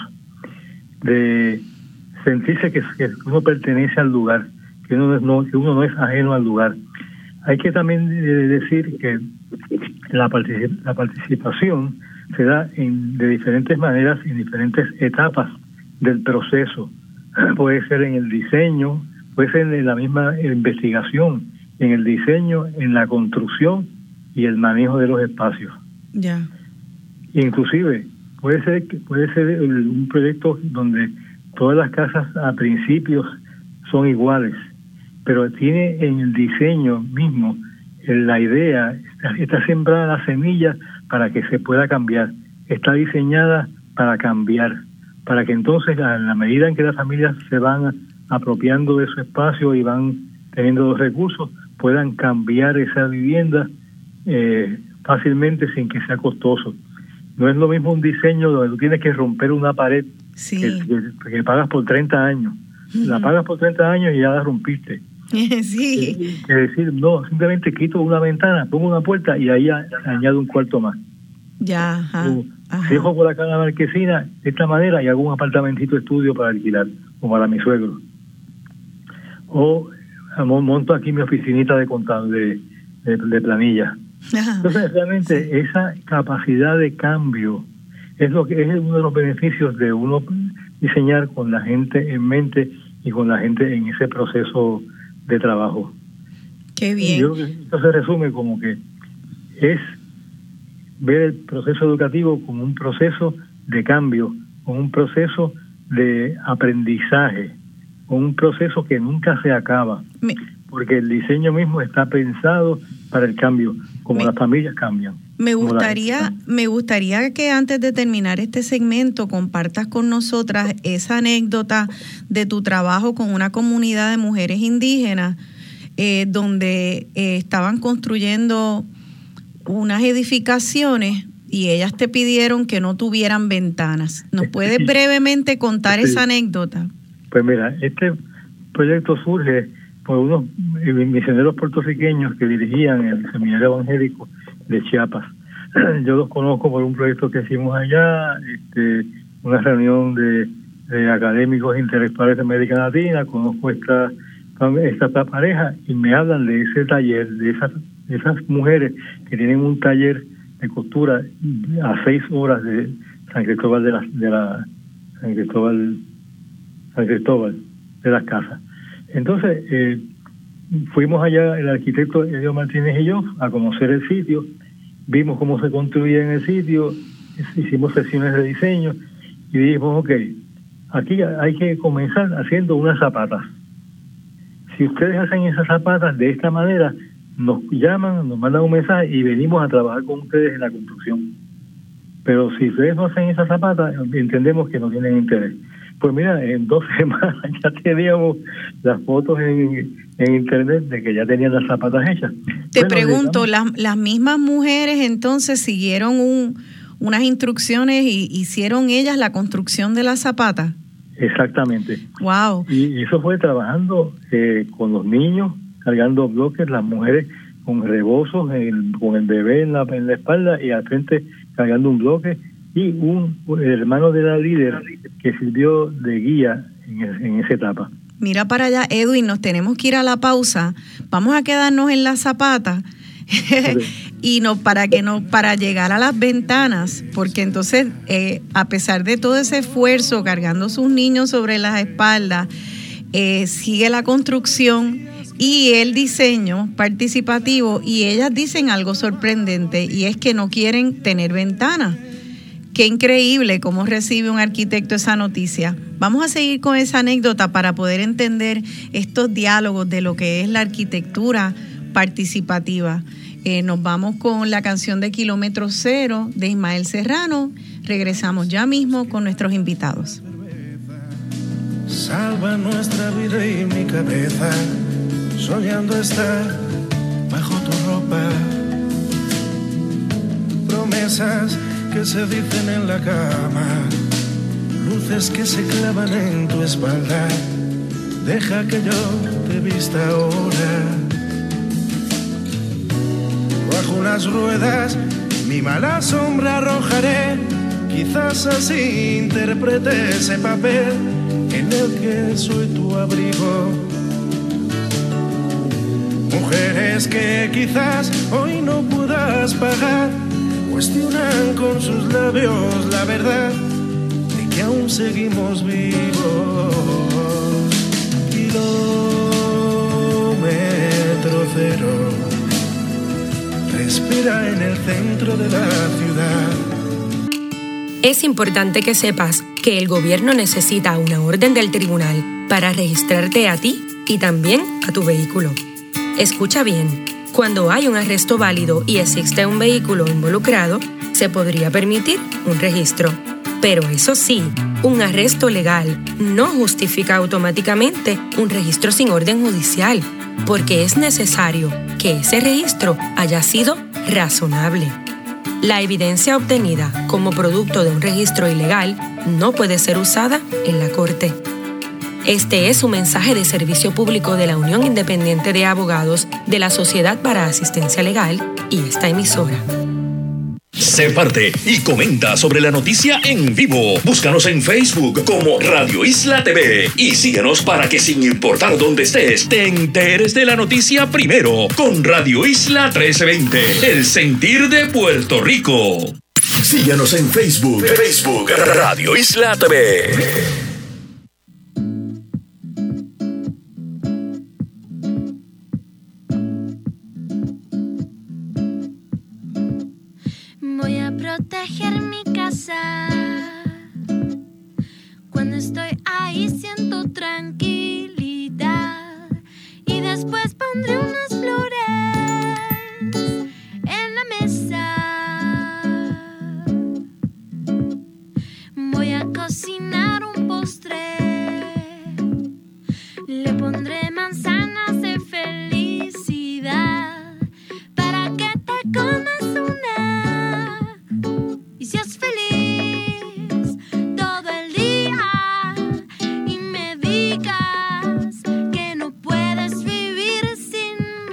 de sentirse que, que uno pertenece al lugar, que uno, no, que uno no es ajeno al lugar. Hay que también decir que la, particip- la participación se da en, de diferentes maneras, en diferentes etapas del proceso. Puede ser en el diseño, puede ser en la misma investigación, en el diseño, en la construcción y el manejo de los espacios. Ya. Inclusive puede ser puede ser el, un proyecto donde todas las casas a principios son iguales, pero tiene en el diseño mismo en la idea, está, está sembrada la semilla para que se pueda cambiar, está diseñada para cambiar, para que entonces a la medida en que las familias se van apropiando de su espacio y van teniendo los recursos, puedan cambiar esa vivienda eh, fácilmente sin que sea costoso. No es lo mismo un diseño donde tú tienes que romper una pared sí. que, que, que pagas por treinta años. Uh-huh. La pagas por treinta años y ya la rompiste. Sí. Es decir, no, simplemente quito una ventana, pongo una puerta y ahí a, añado un cuarto más. Ya, ajá. O, dejo por acá la marquesina de esta manera y hago un apartamentito estudio para alquilar, o para mi suegro. O monto aquí mi oficinita de contable, de, de, de planilla. Ajá. Entonces, realmente, sí. Esa capacidad de cambio es lo que es uno de los beneficios de uno diseñar con la gente en mente y con la gente en ese proceso de trabajo. Qué bien. Yo creo que esto se resume como que es ver el proceso educativo como un proceso de cambio, como un proceso de aprendizaje, como un proceso que nunca se acaba, Me... porque el diseño mismo está pensado para el cambio, como Me... las familias cambian. Me gustaría, me gustaría que antes de terminar este segmento compartas con nosotras esa anécdota de tu trabajo con una comunidad de mujeres indígenas eh, donde eh, estaban construyendo unas edificaciones y ellas te pidieron que no tuvieran ventanas. ¿Nos puedes sí. brevemente contar sí. esa anécdota? Pues mira, este proyecto surge por unos misioneros puertorriqueños que dirigían el seminario evangélico de Chiapas. Yo los conozco por un proyecto que hicimos allá, este, una reunión de, de académicos intelectuales de América Latina, conozco esta, esta pareja y me hablan de ese taller, de esas, de esas mujeres que tienen un taller de costura a seis horas de San Cristóbal de la, de la San Cristóbal, San Cristóbal de las Casas. Entonces, eh, fuimos allá, el arquitecto Elio Martínez y yo, a conocer el sitio, vimos cómo se construía en el sitio, hicimos sesiones de diseño y dijimos, ok, aquí hay que comenzar haciendo unas zapatas. Si ustedes hacen esas zapatas de esta manera, nos llaman, nos mandan un mensaje y venimos a trabajar con ustedes en la construcción. Pero si ustedes no hacen esas zapatas, entendemos que no tienen interés. Pues mira, en dos semanas ya teníamos las fotos en, en internet de que ya tenían las zapatas hechas. Te bueno, pregunto, las, las mismas mujeres entonces siguieron un, unas instrucciones y hicieron ellas la construcción de las zapatas. Exactamente. Wow. Y eso fue trabajando eh, con los niños, cargando bloques, las mujeres con rebozos, el, con el bebé en la, en la espalda y al frente cargando un bloque. Y un el hermano de la líder que sirvió de guía en, en esa etapa. Mira para allá, Edwin, nos tenemos que ir a la pausa. Vamos a quedarnos en las zapatas y no para que no para llegar a las ventanas, porque entonces eh, a pesar de todo ese esfuerzo cargando sus niños sobre las espaldas, eh, sigue la construcción y el diseño participativo, y ellas dicen algo sorprendente, y es que no quieren tener ventanas. Qué increíble cómo recibe un arquitecto esa noticia. Vamos a seguir con esa anécdota para poder entender estos diálogos de lo que es la arquitectura participativa. Eh, nos vamos con la canción de Kilómetro Cero de Ismael Serrano. Regresamos ya mismo con nuestros invitados. Salva nuestra vida y mi cabeza, soñando estar bajo tu ropa. Promesas que se dicen en la cama, luces que se clavan en tu espalda. Deja que yo te vista ahora. Bajo las ruedas mi mala sombra arrojaré, quizás así interprete ese papel en el que soy tu abrigo. Mujeres que quizás hoy no puedas pagar, cuestionan con sus labios la verdad de que aún seguimos vivos. Kilómetro cero, respira en el centro de la ciudad. Es importante que sepas que el gobierno necesita una orden del tribunal para registrarte a ti y también a tu vehículo. Escucha bien. Cuando hay un arresto válido y existe un vehículo involucrado, se podría permitir un registro. Pero eso sí, un arresto legal no justifica automáticamente un registro sin orden judicial, porque es necesario que ese registro haya sido razonable. La evidencia obtenida como producto de un registro ilegal no puede ser usada en la corte. Este es un mensaje de servicio público de la Unión Independiente de Abogados de la Sociedad para Asistencia Legal y esta emisora. Sé parte y comenta sobre la noticia en vivo. Búscanos en Facebook como Radio Isla T V y síguenos para que sin importar dónde estés, te enteres de la noticia primero con Radio Isla trece veinte, el sentir de Puerto Rico. Síguenos en Facebook, Facebook Radio Isla T V. Proteger mi casa. Cuando estoy ahí siento tranquilidad. Y después pondré unas flores en la mesa. Voy a cocinar un postre. Le pondré manzanas de felicidad para que te comas una. Y seas feliz todo el día y me digas que no puedes vivir sin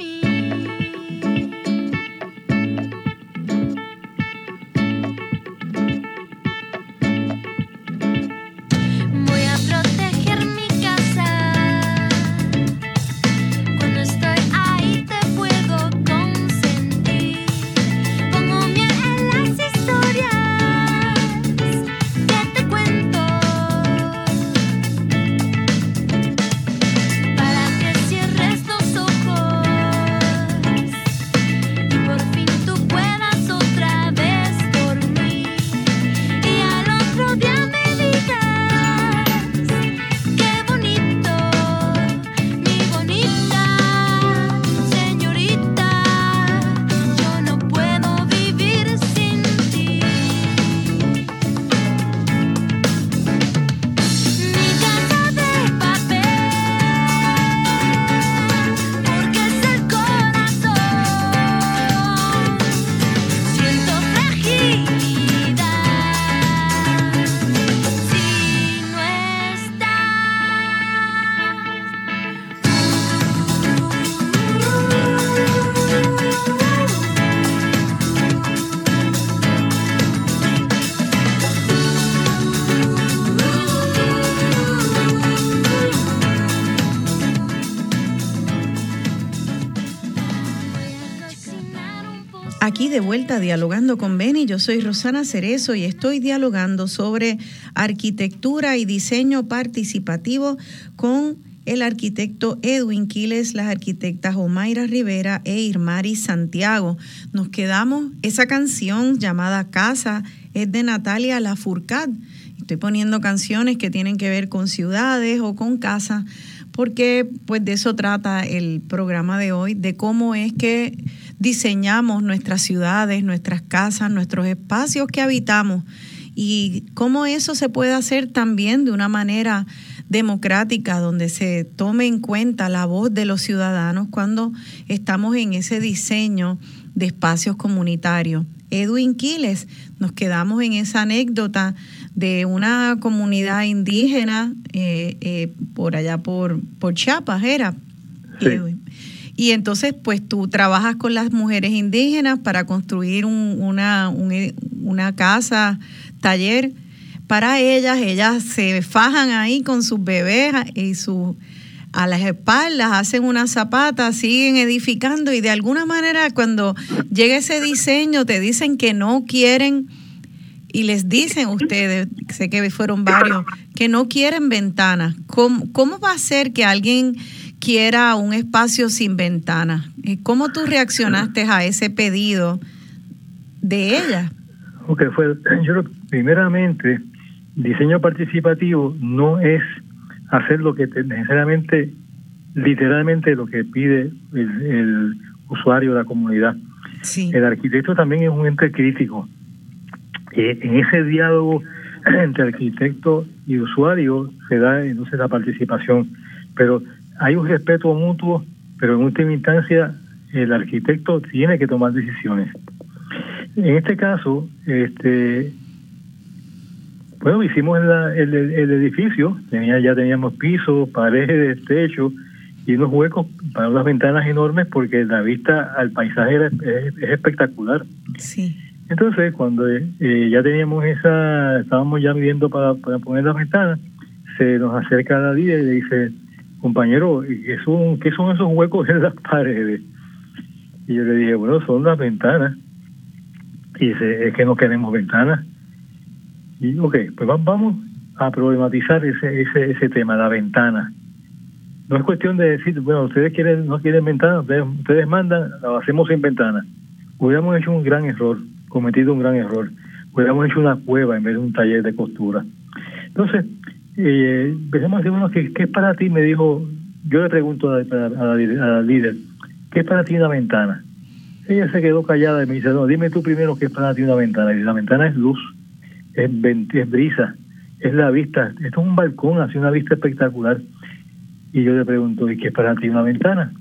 Aquí de vuelta dialogando con Beni, yo soy Rosana Cerezo y estoy dialogando sobre arquitectura y diseño participativo con el arquitecto Edwin Quiles, las arquitectas Omaira Rivera e Irmari Santiago. Nos quedamos, esa canción llamada Casa es de Natalia Lafourcade. Estoy poniendo canciones que tienen que ver con ciudades o con casas, porque pues de eso trata el programa de hoy, de cómo es que diseñamos nuestras ciudades, nuestras casas, nuestros espacios que habitamos y cómo eso se puede hacer también de una manera democrática, donde se tome en cuenta la voz de los ciudadanos cuando estamos en ese diseño de espacios comunitarios. Edwin Quiles, nos quedamos en esa anécdota de una comunidad indígena eh, eh, por allá por, por Chiapas, ¿era? Sí. Edwin. Y entonces, pues tú trabajas con las mujeres indígenas para construir un, una, un, una casa, taller para ellas. Ellas se fajan ahí con sus bebés y sus a las espaldas, hacen unas zapatas, siguen edificando y de alguna manera cuando llega ese diseño te dicen que no quieren y les dicen ustedes, sé que fueron varios, que no quieren ventanas. ¿Cómo, cómo va a ser que alguien quiera un espacio sin ventanas? ¿Cómo tú reaccionaste a ese pedido de ella? Ok, fue, yo primeramente, diseño participativo no es hacer lo que te, necesariamente, literalmente lo que pide el, el usuario de la comunidad. Sí. El arquitecto también es un ente crítico. Eh, en ese diálogo entre arquitecto y usuario se da entonces la participación, pero hay un respeto mutuo, pero en última instancia el arquitecto tiene que tomar decisiones. En este caso, este bueno, hicimos la, el, el edificio, tenía ya teníamos pisos, paredes, techo y unos huecos para unas ventanas enormes porque la vista al paisaje era, es, es espectacular. Sí. Entonces, cuando eh, ya teníamos esa, estábamos ya viendo para, para poner las ventanas, se nos acerca la líder y le dice, compañero, ¿qué son, ¿qué son esos huecos en las paredes? Y yo le dije, bueno, son las ventanas. Y dice, es que no queremos ventanas. Y ok, pues vamos a problematizar ese ese ese tema, la ventana. No es cuestión de decir, bueno, ustedes quieren no quieren ventanas, ustedes, ustedes mandan, lo hacemos sin ventanas. Hubiéramos hecho un gran error, cometido un gran error. Hubiéramos hecho una cueva en vez de un taller de costura. Entonces, eh, empezamos a decir, bueno, ¿qué, ¿qué es para ti? Me dijo, yo le pregunto a la, a, la, a la líder, ¿qué es para ti una ventana? Ella se quedó callada y me dice, no, dime tú primero qué es para ti una ventana. Y la ventana es luz. Es, es brisa, es la vista, esto es un balcón, hace una vista espectacular. Y yo le pregunto, ¿y qué es para ti una ventana?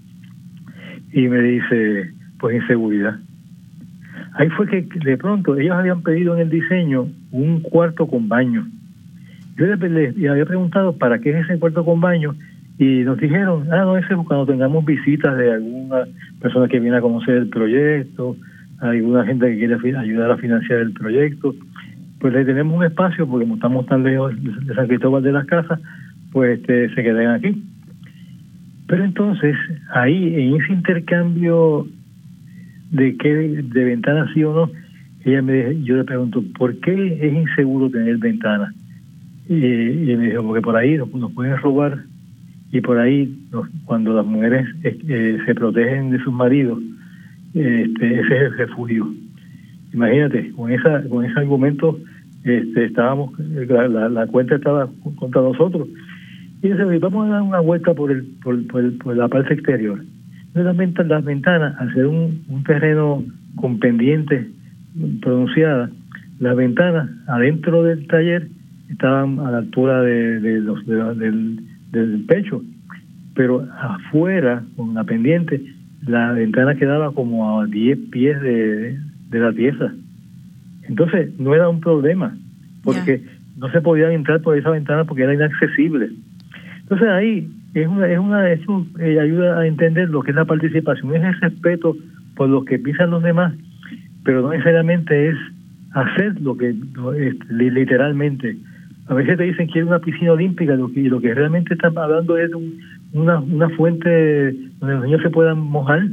Y me dice, pues inseguridad. Ahí fue que de pronto ellos habían pedido en el diseño un cuarto con baño. Yo le, le, le había preguntado para qué es ese cuarto con baño y nos dijeron, ah, no, ese es cuando tengamos visitas de alguna persona que viene a conocer el proyecto, alguna gente que quiere ayudar a financiar el proyecto. Pues le tenemos un espacio porque como estamos tan lejos de San Cristóbal de las Casas, pues este, se quedan aquí. Pero entonces, ahí en ese intercambio de qué de ventanas sí o no, ella me yo le pregunto, ¿por qué es inseguro tener ventanas? Y, y ella me dijo, porque por ahí nos, nos pueden robar y por ahí nos, cuando las mujeres eh, se protegen de sus maridos, este, ese es el refugio. Imagínate, con esa con ese argumento este, estábamos, la, la, la cuenta estaba contra nosotros. Y dice, vamos a dar una vuelta por el por, por, el, por la parte exterior. Entonces, las ventanas, al ser un, un terreno con pendientes pronunciadas, las ventanas adentro del taller estaban a la altura de, de los de, del, del pecho, pero afuera, con la pendiente, la ventana quedaba como a diez pies de, de la tierra. Entonces, no era un problema, porque yeah. no se podía entrar por esa ventana porque era inaccesible. Entonces, ahí es una, es una eso eh, ayuda a entender lo que es la participación, es el respeto por lo que piensan los demás, pero no necesariamente es hacer lo que lo, es, literalmente. A veces te dicen que quiere una piscina olímpica, lo que, lo que realmente están hablando es un, una, una fuente donde los niños se puedan mojar.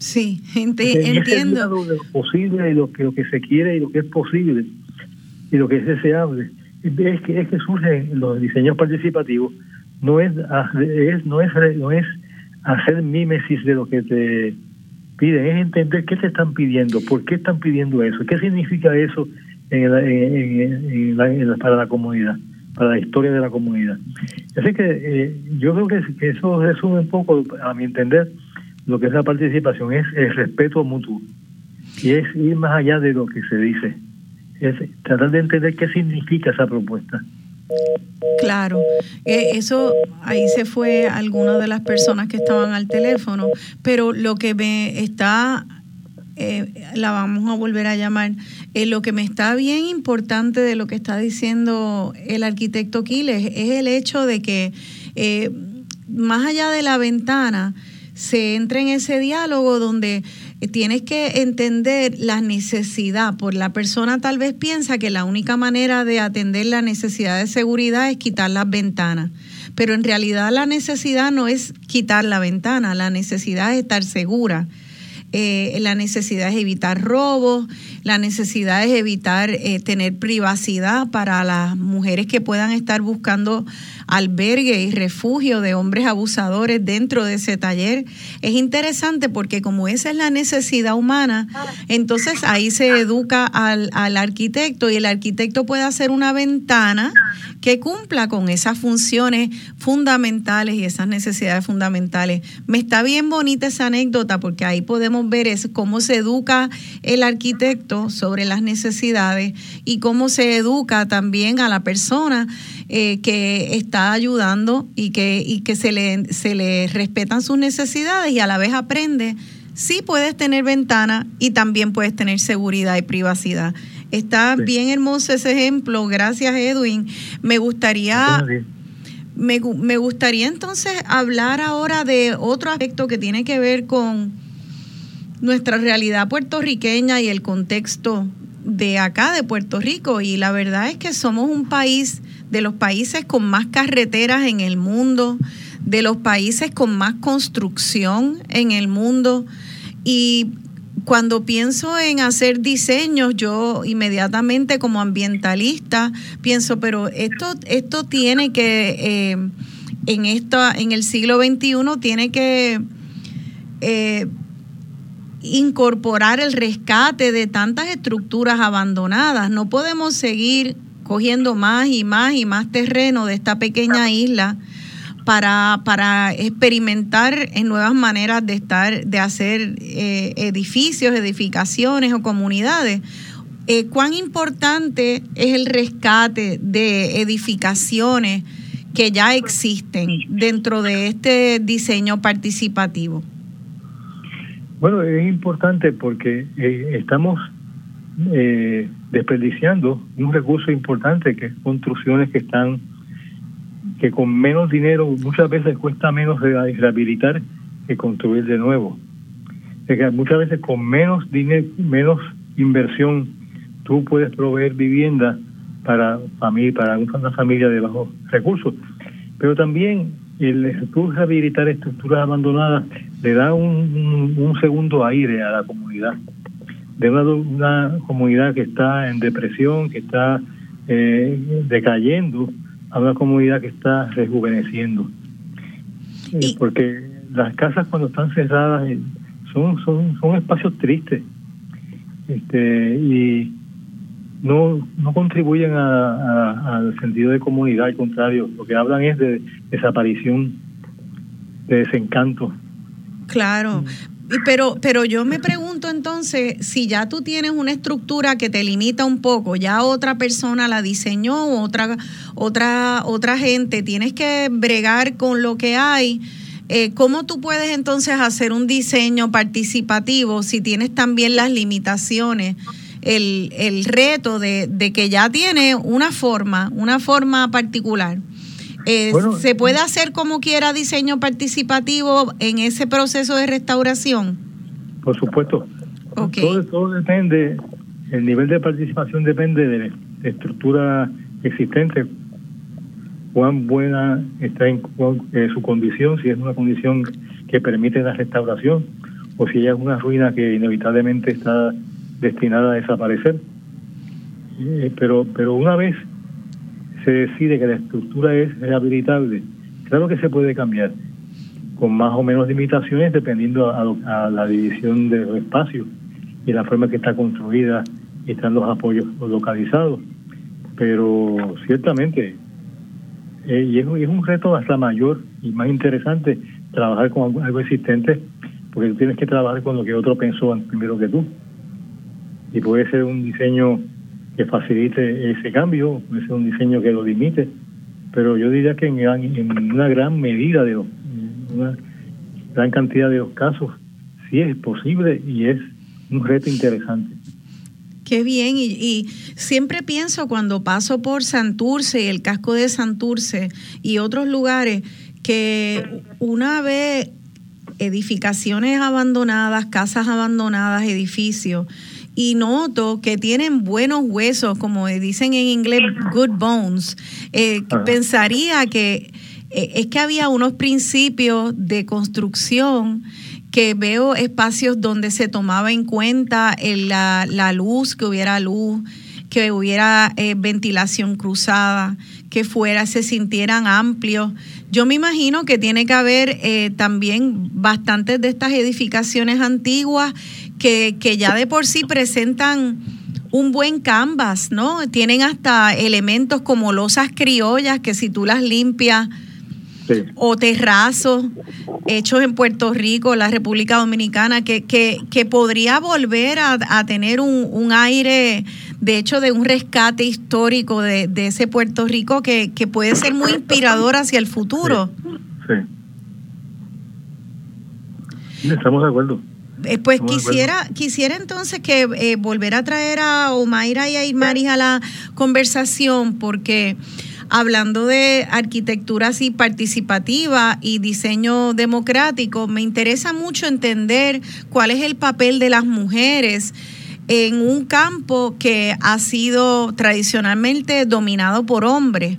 Sí, ente, en entiendo. Ese de lo posible y lo que, lo que se quiere y lo que es posible y lo que es deseable. Es que, es que surgen los diseños participativos, no es, es, no es, no es hacer mímesis de lo que te piden, es entender qué te están pidiendo, por qué están pidiendo eso, qué significa eso en la, en, en, en la, en la, para la comunidad, para la historia de la comunidad. Así que eh, yo creo que, que eso resume un poco, a mi entender, lo que es la participación, es el respeto mutuo y es ir más allá de lo que se dice, es tratar de entender qué significa esa propuesta. Claro, eh, eso ahí se fue alguna de las personas que estaban al teléfono, pero lo que me está, eh, la vamos a volver a llamar, eh, lo que me está bien importante de lo que está diciendo el arquitecto Quiles es el hecho de que eh, más allá de la ventana se entra en ese diálogo donde tienes que entender la necesidad. Por la persona tal vez piensa que la única manera de atender la necesidad de seguridad es quitar las ventanas, pero en realidad la necesidad no es quitar la ventana, la necesidad es estar segura. Eh, la necesidad es evitar robos, la necesidad es evitar eh, tener privacidad para las mujeres que puedan estar buscando albergue y refugio de hombres abusadores dentro de ese taller. Es interesante porque como esa es la necesidad humana, entonces ahí se educa al, al arquitecto y el arquitecto puede hacer una ventana que cumpla con esas funciones fundamentales y esas necesidades fundamentales. Me está bien bonita esa anécdota porque ahí podemos ver es cómo se educa el arquitecto sobre las necesidades y cómo se educa también a la persona eh, que está ayudando y que, y que se le, se le respetan sus necesidades y a la vez aprende. Sí puedes tener ventana y también puedes tener seguridad y privacidad. Está sí. bien hermoso ese ejemplo. Gracias, Edwin. Me gustaría... Me, me gustaría entonces hablar ahora de otro aspecto que tiene que ver con nuestra realidad puertorriqueña y el contexto de acá, de Puerto Rico. Y la verdad es que somos un país de los países con más carreteras en el mundo, de los países con más construcción en el mundo. Y cuando pienso en hacer diseños, yo inmediatamente como ambientalista pienso, pero esto, esto tiene que, eh, en, esta, en el siglo veintiuno, tiene que eh, incorporar el rescate de tantas estructuras abandonadas. No podemos seguir cogiendo más y más y más terreno de esta pequeña isla para, para experimentar en nuevas maneras de estar, de hacer eh, edificios, edificaciones o comunidades. Eh, ¿Cuán importante es el rescate de edificaciones que ya existen dentro de este diseño participativo? Bueno, es importante porque eh, estamos eh, desperdiciando un recurso importante que es construcciones que están que con menos dinero muchas veces cuesta menos rehabilitar que construir de nuevo. Es que muchas veces con menos dinero, menos inversión, tú puedes proveer vivienda para familia, para una familia de bajos recursos. Pero también el tú rehabilitar estructuras abandonadas le da un, un, un segundo aire a la comunidad. De una, una comunidad que está en depresión, que está eh, decayendo, a una comunidad que está rejuveneciendo. Eh, porque las casas cuando están cerradas eh, son, son, son espacios tristes este, y no, no contribuyen a, a, al sentido de comunidad, al contrario, lo que hablan es de desaparición, de desencanto. Claro. Pero, pero yo me pregunto entonces, si ya tú tienes una estructura que te limita un poco, ya otra persona la diseñó, otra, otra, otra gente, tienes que bregar con lo que hay, eh, ¿cómo tú puedes entonces hacer un diseño participativo si tienes también las limitaciones, el, el reto de, de que ya tiene una forma, una forma particular? Eh, bueno, ¿se puede hacer como quiera diseño participativo en ese proceso de restauración? Por supuesto. Okay. Todo, todo depende, el nivel de participación depende de la estructura existente, cuán buena está en cuán, eh, su condición, si es una condición que permite la restauración o si ella es una ruina que inevitablemente está destinada a desaparecer. Eh, pero, pero una vez se decide que la estructura es rehabilitable, claro que se puede cambiar, con más o menos limitaciones dependiendo a, a, a la división de los espacios y la forma que está construida y están los apoyos localizados. Pero ciertamente, eh, y es, es un reto hasta mayor y más interesante trabajar con algo existente, porque tú tienes que trabajar con lo que otro pensó primero que tú. Y puede ser un diseño que facilite ese cambio, puede ser un diseño que lo limite, pero yo diría que en, en una gran medida, de los, una gran cantidad de los casos, sí es posible y es un reto interesante. Qué bien, y, y siempre pienso cuando paso por Santurce y el casco de Santurce y otros lugares, que una vez edificaciones abandonadas, casas abandonadas, edificios, y noto que tienen buenos huesos, como dicen en inglés, good bones. Eh, pensaría que eh, es que había unos principios de construcción, que veo espacios donde se tomaba en cuenta el, la, la luz, que hubiera luz, que hubiera eh, ventilación cruzada, que fuera, se sintieran amplios. Yo me imagino que tiene que haber eh, también bastantes de estas edificaciones antiguas que, que ya de por sí presentan un buen canvas, ¿no? Tienen hasta elementos como losas criollas que si tú las limpias, sí, o terrazos hechos en Puerto Rico, la República Dominicana, que, que, que podría volver a, a tener un, un aire, de hecho, de un rescate histórico de, de ese Puerto Rico que, que puede ser muy inspirador hacia el futuro. Sí, sí. Estamos de acuerdo. Eh, pues quisiera quisiera entonces que eh, volver a traer a Omaira y a Irmaris a la conversación, porque hablando de arquitectura así participativa y diseño democrático, me interesa mucho entender cuál es el papel de las mujeres en un campo que ha sido tradicionalmente dominado por hombres,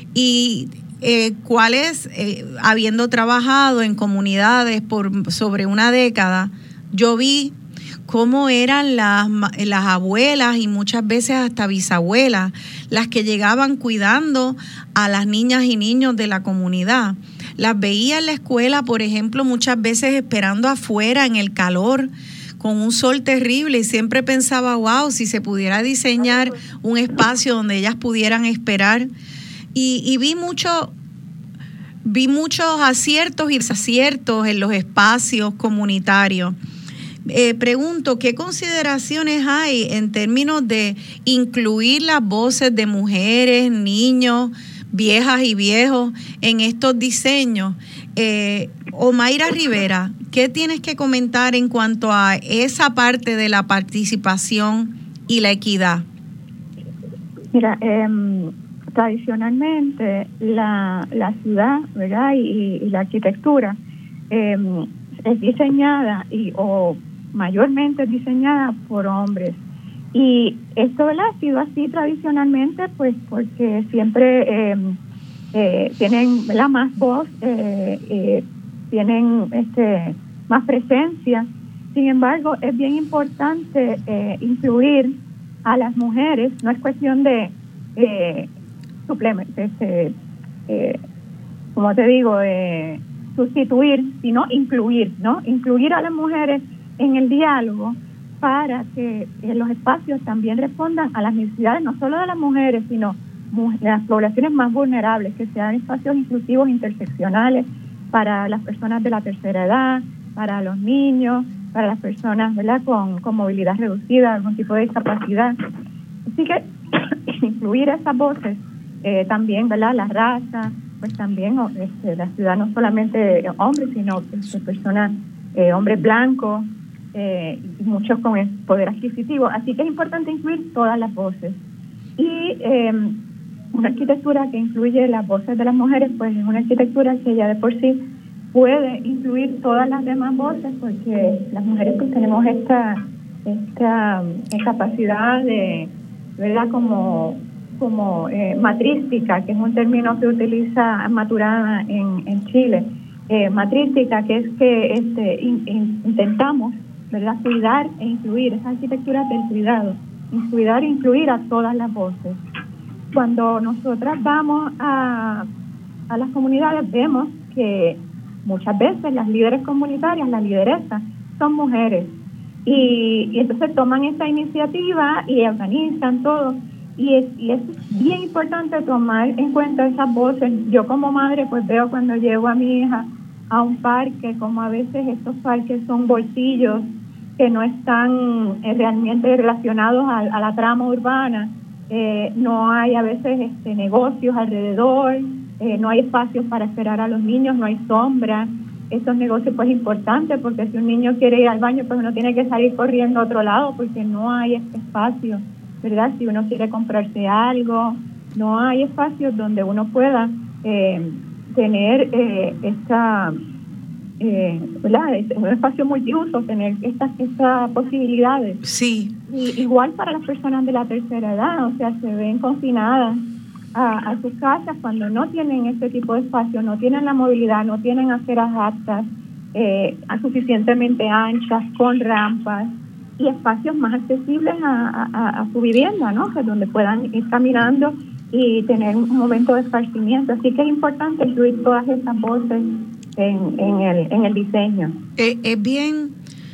y eh, cuál es, eh, habiendo trabajado en comunidades por sobre una década, yo vi cómo eran las, las abuelas y muchas veces hasta bisabuelas las que llegaban cuidando a las niñas y niños de la comunidad. Las veía en la escuela, por ejemplo, muchas veces esperando afuera en el calor, con un sol terrible, y siempre pensaba, wow, si se pudiera diseñar un espacio donde ellas pudieran esperar. Y, y vi mucho... Vi muchos aciertos y desaciertos en los espacios comunitarios. Eh, pregunto, ¿qué consideraciones hay en términos de incluir las voces de mujeres, niños, viejas y viejos en estos diseños? Eh, Omaira Rivera, ¿qué tienes que comentar en cuanto a esa parte de la participación y la equidad? Mira, eh, tradicionalmente la, la ciudad, ¿verdad? Y, y la arquitectura eh, es diseñada y o mayormente es diseñada por hombres, y esto, ¿verdad?, ha sido así tradicionalmente, pues porque siempre eh, eh, tienen, ¿verdad?, más voz, eh, eh, tienen este más presencia. Sin embargo, es bien importante eh, incluir a las mujeres. No es cuestión de eh, suplementos, este, eh, como te digo, eh, sustituir, sino incluir, ¿no? Incluir a las mujeres en el diálogo para que eh, los espacios también respondan a las necesidades, no solo de las mujeres, sino mu- de las poblaciones más vulnerables, que sean espacios inclusivos interseccionales para las personas de la tercera edad, para los niños, para las personas, ¿verdad?, con, con movilidad reducida, algún tipo de discapacidad. Así que incluir esas voces, eh, también, ¿verdad?, la raza, pues también este, la ciudad, no solamente hombres, sino este, personas, eh, hombres blancos, eh, y muchos con el poder adquisitivo. Así que es importante incluir todas las voces. Y eh, una arquitectura que incluye las voces de las mujeres, pues es una arquitectura que ya de por sí puede incluir todas las demás voces, porque las mujeres pues tenemos esta, esta capacidad de, ¿verdad?, como... como eh, matrística, que es un término que utiliza Maturana en, en Chile, eh, matrística, que es que este, in, in, intentamos, ¿verdad?, cuidar e incluir esa arquitectura del cuidado, cuidar e incluir a todas las voces. Cuando nosotras vamos a, a las comunidades, vemos que muchas veces las líderes comunitarias, las lideresas, son mujeres. Y, y entonces toman esta iniciativa y organizan todo. Y es, y es bien importante tomar en cuenta esas voces. Yo como madre pues veo cuando llevo a mi hija a un parque, como a veces estos parques son bolsillos que no están eh, realmente relacionados a, a la trama urbana. Eh, no hay a veces este, negocios alrededor, eh, no hay espacios para esperar a los niños, no hay sombra. Estos negocios pues importantes, porque si un niño quiere ir al baño pues uno tiene que salir corriendo a otro lado porque no hay este espacio, ¿verdad? Si uno quiere comprarse algo, no hay espacios donde uno pueda eh, tener eh, esta, eh, ¿verdad? Es un espacio multiuso, tener estas estas posibilidades. Sí. Y igual para las personas de la tercera edad, o sea, se ven confinadas a, a sus casas cuando no tienen este tipo de espacio, no tienen la movilidad, no tienen aceras aptas, eh, suficientemente anchas, con rampas y espacios más accesibles a, a, a su vivienda, ¿no? Que donde puedan ir caminando y tener un momento de esparcimiento. Así que es importante incluir todas estas voces en, en, el, en el diseño. Eh, es bien,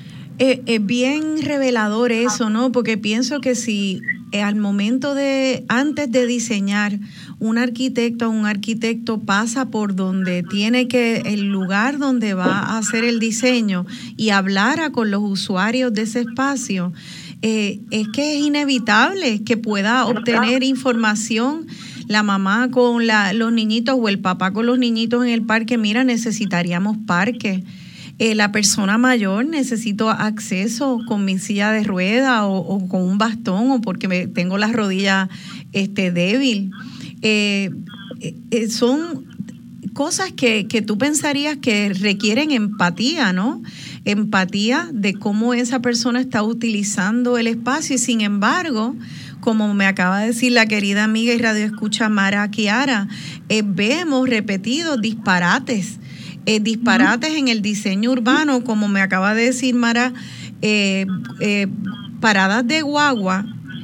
eh, es bien revelador eso, ¿no? Porque pienso que si eh, al momento de, antes de diseñar, un arquitecto o un arquitecto pasa por donde tiene que, el lugar donde va a hacer el diseño y hablara con los usuarios de ese espacio, eh, es que es inevitable que pueda obtener información la mamá con la, los niñitos o el papá con los niñitos en el parque. Mira, necesitaríamos parque. Eh, la persona mayor, necesito acceso con mi silla de rueda o, o con un bastón o porque me, tengo la rodilla este, débil. Eh, eh, son cosas que, que tú pensarías que requieren empatía, ¿no? Empatía de cómo esa persona está utilizando el espacio y sin embargo, como me acaba de decir la querida amiga y radioescucha Mara Chiara, eh, vemos repetidos disparates. Eh, disparates en el diseño urbano, como me acaba de decir Mara, eh, eh, paradas de guagua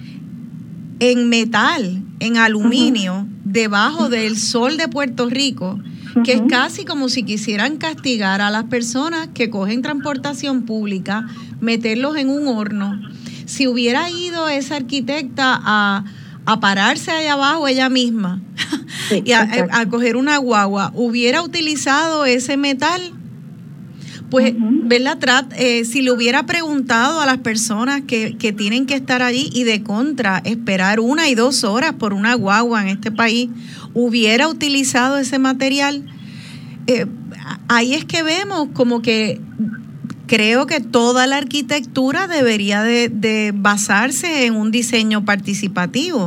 en metal, en aluminio, uh-huh. debajo del sol de Puerto Rico, uh-huh. que es casi como si quisieran castigar a las personas que cogen transportación pública, meterlos en un horno. Si hubiera ido esa arquitecta a, a pararse allá abajo ella misma, sí, y a, a coger una guagua, hubiera utilizado ese metal, pues, uh-huh. ¿verdad? Trat, eh, si le hubiera preguntado a las personas que, que tienen que estar allí y de contra esperar una y dos horas por una guagua en este país, hubiera utilizado ese material, eh, ahí es que vemos como que creo que toda la arquitectura debería de, de basarse en un diseño participativo.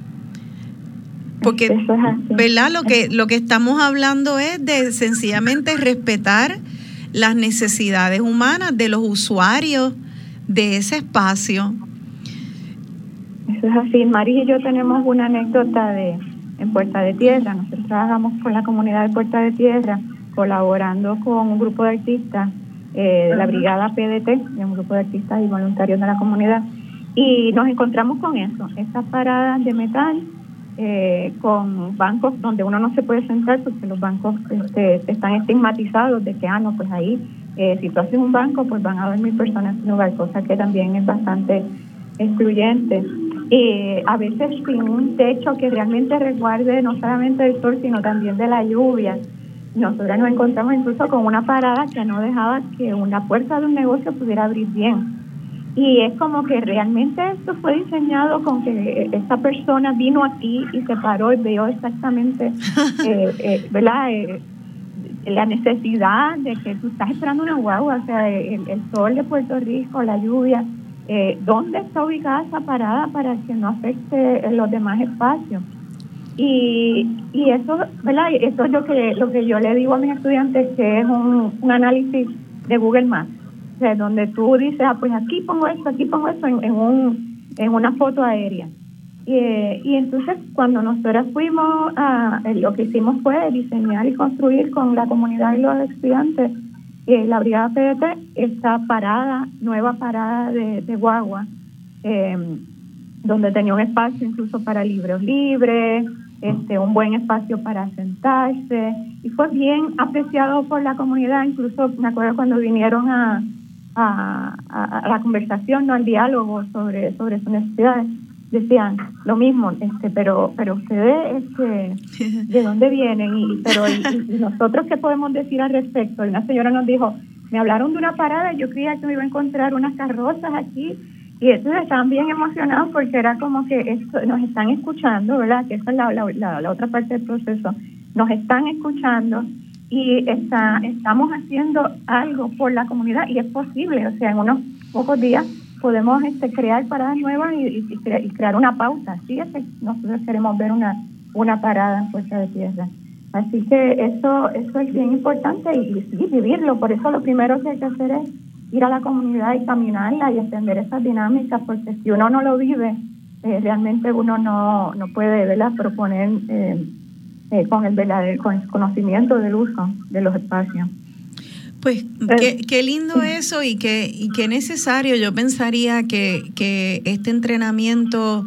Porque, ¿verdad? Lo que, lo que estamos hablando es de sencillamente respetar las necesidades humanas de los usuarios de ese espacio. Eso es así. María y yo tenemos una anécdota de en Puerta de Tierra. Nosotros trabajamos con la comunidad de Puerta de Tierra, colaborando con un grupo de artistas eh, de la Brigada P D T, de un grupo de artistas y voluntarios de la comunidad, y nos encontramos con eso, esas paradas de metal eh, con bancos donde uno no se puede sentar porque los bancos este, están estigmatizados de que, ah, no, pues ahí, eh, si tú haces un banco, pues van a dormir personas en lugar, cosa que también es bastante excluyente. Eh, a veces sin un techo que realmente resguarde no solamente del sol, sino también de la lluvia. Nosotros nos encontramos incluso con una parada que no dejaba que una puerta de un negocio pudiera abrir bien. Y es como que realmente esto fue diseñado con que esta persona vino aquí y se paró y vio exactamente eh, eh, ¿verdad? Eh, la necesidad de que tú estás esperando una guagua, o sea, el, el sol de Puerto Rico, la lluvia, eh, ¿dónde está ubicada esa parada para que no afecte los demás espacios? Y, y eso, ¿verdad? Eso es lo que, lo que yo le digo a mis estudiantes, que es un, un análisis de Google Maps. O sea, donde tú dices, ah, pues aquí pongo esto, aquí pongo esto en, en, un, en una foto aérea. Eh, y entonces cuando nosotros fuimos, a, eh, lo que hicimos fue diseñar y construir con la comunidad y los estudiantes eh, la Brigada P D T, esta parada, nueva parada de, de guagua, eh, donde tenía un espacio incluso para libros libres, este, un buen espacio para sentarse, y fue bien apreciado por la comunidad. Incluso me acuerdo cuando vinieron a, a, a, a la conversación, no al diálogo sobre, sobre sus necesidades, decían lo mismo, este, pero pero ustedes, este, ¿de dónde vienen? Y pero y, y nosotros, ¿qué podemos decir al respecto? Y una señora nos dijo, me hablaron de una parada, yo creía que me iba a encontrar unas carrozas aquí, y entonces estaban bien emocionados porque era como que esto, nos están escuchando, ¿verdad? Que esa es la, la, la, la otra parte del proceso, nos están escuchando y está, estamos haciendo algo por la comunidad, y es posible, o sea, en unos pocos días podemos este, crear paradas nuevas y, y, y, cre- y crear una pauta. Sí, es que nosotros queremos ver una una parada en Puerta de Tierra. Así que eso eso es bien importante y, y sí, vivirlo. Por eso lo primero que hay que hacer es ir a la comunidad y caminarla y extender esas dinámicas, porque si uno no lo vive, eh, realmente uno no, no puede, ¿verdad?, proponer eh, eh, con el verdadero con el conocimiento del uso de los espacios. Pues qué, qué lindo eso y qué, y qué necesario. Yo pensaría que, que este entrenamiento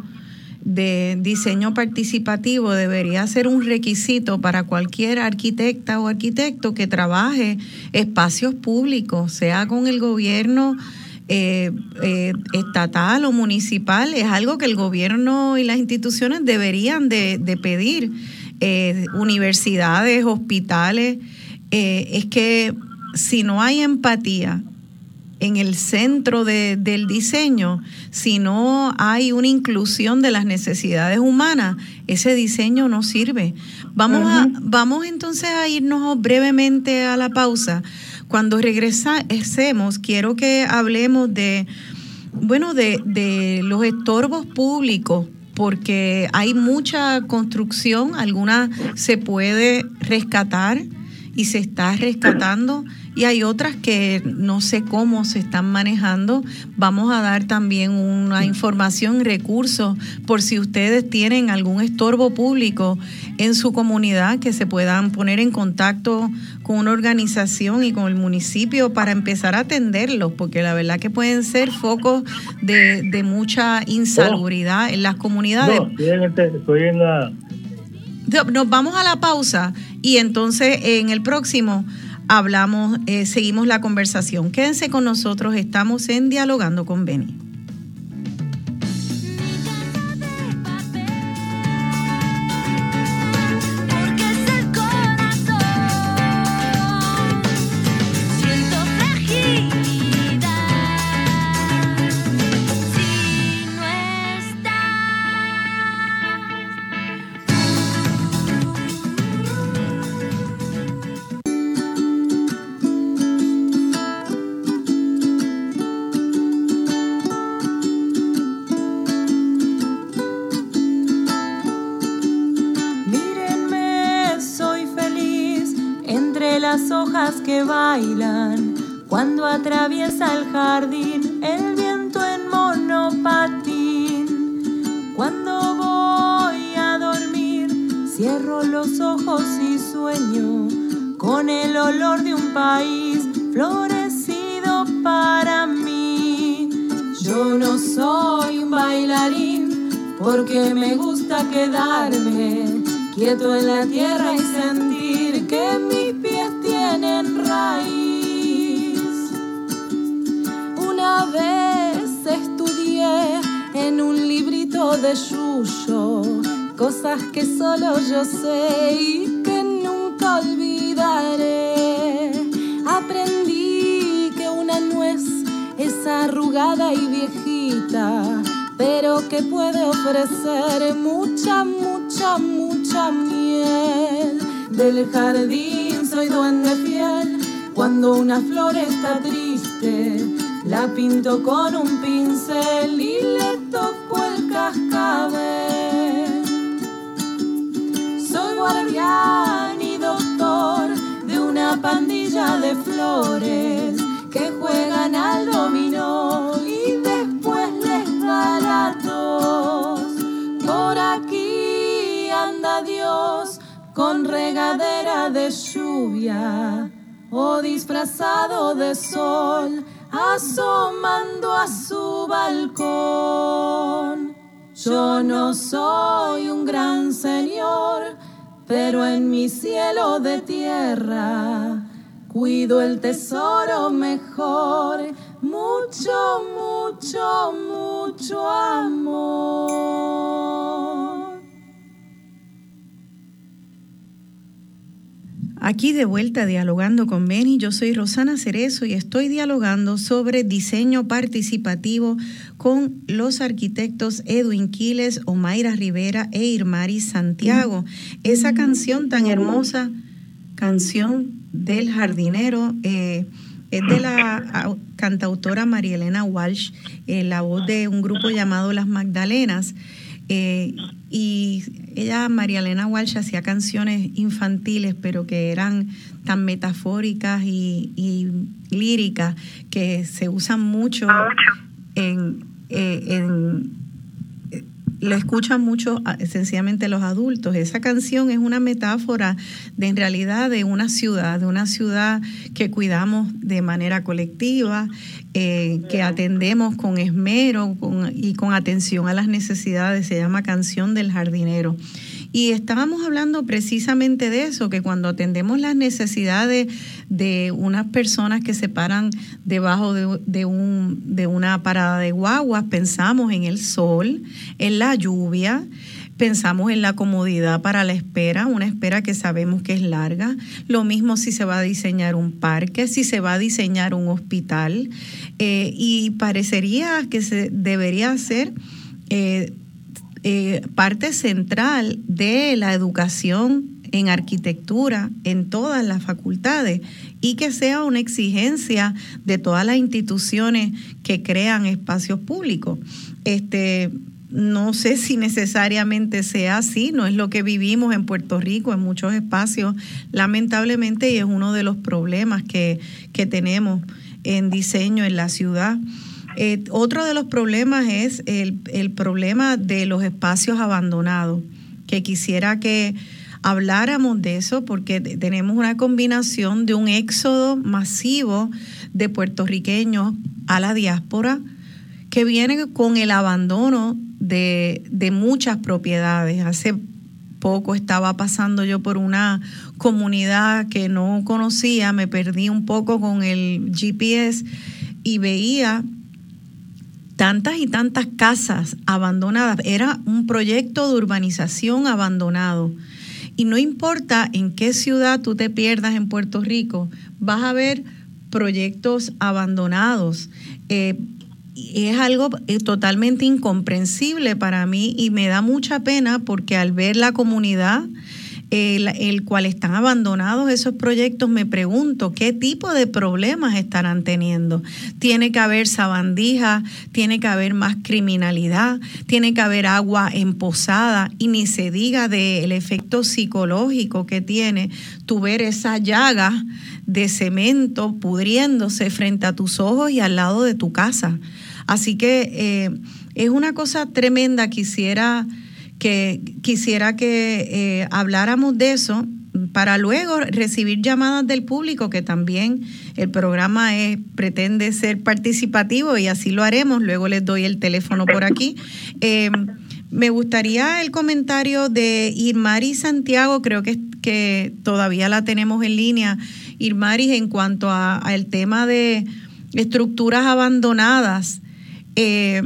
de diseño participativo debería ser un requisito para cualquier arquitecta o arquitecto que trabaje espacios públicos, sea con el gobierno eh, eh, estatal o municipal. Es algo que el gobierno y las instituciones deberían de, de pedir. Eh, universidades, hospitales, eh, es que si no hay empatía en el centro de, del diseño, si no hay una inclusión de las necesidades humanas, ese diseño no sirve. Vamos uh-huh. a, vamos entonces a irnos brevemente a la pausa. Cuando regresemos, quiero que hablemos de, bueno, de, de los estorbos públicos, porque hay mucha construcción, alguna se puede rescatar y se está rescatando, y hay otras que no sé cómo se están manejando. Vamos a dar también una información, recursos, por si ustedes tienen algún estorbo público en su comunidad, que se puedan poner en contacto con una organización y con el municipio para empezar a atenderlos, porque la verdad que pueden ser focos de, de mucha insalubridad en las comunidades. No, estoy en, este, estoy en la... Nos vamos a la pausa y entonces en el próximo hablamos, eh, seguimos la conversación. Quédense con nosotros, estamos en Dialogando con Beni. Que bailan cuando atraviesa el jardín el viento en monopatín. Cuando voy a dormir cierro los ojos y sueño con el olor de un país florecido para mí. Yo no soy un bailarín porque me gusta quedarme quieto en la tierra y sentir que mis pies tienen raíz. Una vez estudié en un librito de Yuyo cosas que solo yo sé y que nunca olvidaré. Aprendí que una nuez es arrugada y viejita, pero que puede ofrecer mucha, mucha, mucha miel. Del jardín soy duende fiel, cuando una flor está triste, la pinto con un pincel y le toco el cascabel. Soy guardián y doctor de una pandilla de flores que juegan al dominó y después les da la tos. adiós con regadera de lluvia o disfrazado de sol asomando a su balcón. Yo no soy un gran señor, pero en mi cielo de tierra cuido el tesoro mejor, mucho, mucho, mucho amor. Aquí de vuelta dialogando con Beni, yo soy Rosana Cerezo y estoy dialogando sobre diseño participativo con los arquitectos Edwin Quiles, Omaira Rivera e Irmari Santiago. Esa canción tan hermosa, Canción del Jardinero, eh, es de la cantautora María Elena Walsh, eh, la voz de un grupo llamado Las Magdalenas. Eh, y ella, María Elena Walsh, hacía canciones infantiles, pero que eran tan metafóricas y, y líricas que se usan mucho en, eh, en eh, lo escuchan mucho sencillamente los adultos. Esa canción es una metáfora de, en realidad, de una ciudad, de una ciudad que cuidamos de manera colectiva, Eh, que atendemos con esmero con, y con atención a las necesidades. Se llama Canción del Jardinero. Y estábamos hablando precisamente de eso, que cuando atendemos las necesidades de unas personas que se paran debajo de, de, un, de una parada de guaguas, pensamos en el sol, en la lluvia, pensamos en la comodidad para la espera, una espera que sabemos que es larga. Lo mismo si se va a diseñar un parque, si se va a diseñar un hospital. Eh, y parecería que se debería ser eh, eh, parte central de la educación en arquitectura en todas las facultades y que sea una exigencia de todas las instituciones que crean espacios públicos. Este... No sé si necesariamente sea así, no es lo que vivimos en Puerto Rico, en muchos espacios, lamentablemente, y es uno de los problemas que, que tenemos en diseño en la ciudad. Eh, otro de los problemas es el, el problema de los espacios abandonados, que quisiera que habláramos de eso, porque tenemos una combinación de un éxodo masivo de puertorriqueños a la diáspora, que viene con el abandono de, de muchas propiedades. Hace poco estaba pasando yo por una comunidad que no conocía, me perdí un poco con el G P S y veía tantas y tantas casas abandonadas. Era un proyecto de urbanización abandonado. Y no importa en qué ciudad tú te pierdas en Puerto Rico, vas a ver proyectos abandonados. Eh, Es algo totalmente incomprensible para mí y me da mucha pena porque al ver la comunidad, el, el cual están abandonados esos proyectos, me pregunto qué tipo de problemas estarán teniendo. Tiene que haber sabandija, tiene que haber más criminalidad, tiene que haber agua emposada y ni se diga del efecto psicológico que tiene tu ver esa llaga de cemento pudriéndose frente a tus ojos y al lado de tu casa. Así que eh, es una cosa tremenda. Quisiera que, quisiera que eh, habláramos de eso para luego recibir llamadas del público, que también el programa es, pretende ser participativo y así lo haremos. Luego les doy el teléfono por aquí. Eh, me gustaría el comentario de Irmari Santiago, creo que, que todavía la tenemos en línea. Irmari, en cuanto al tema de estructuras abandonadas, eh,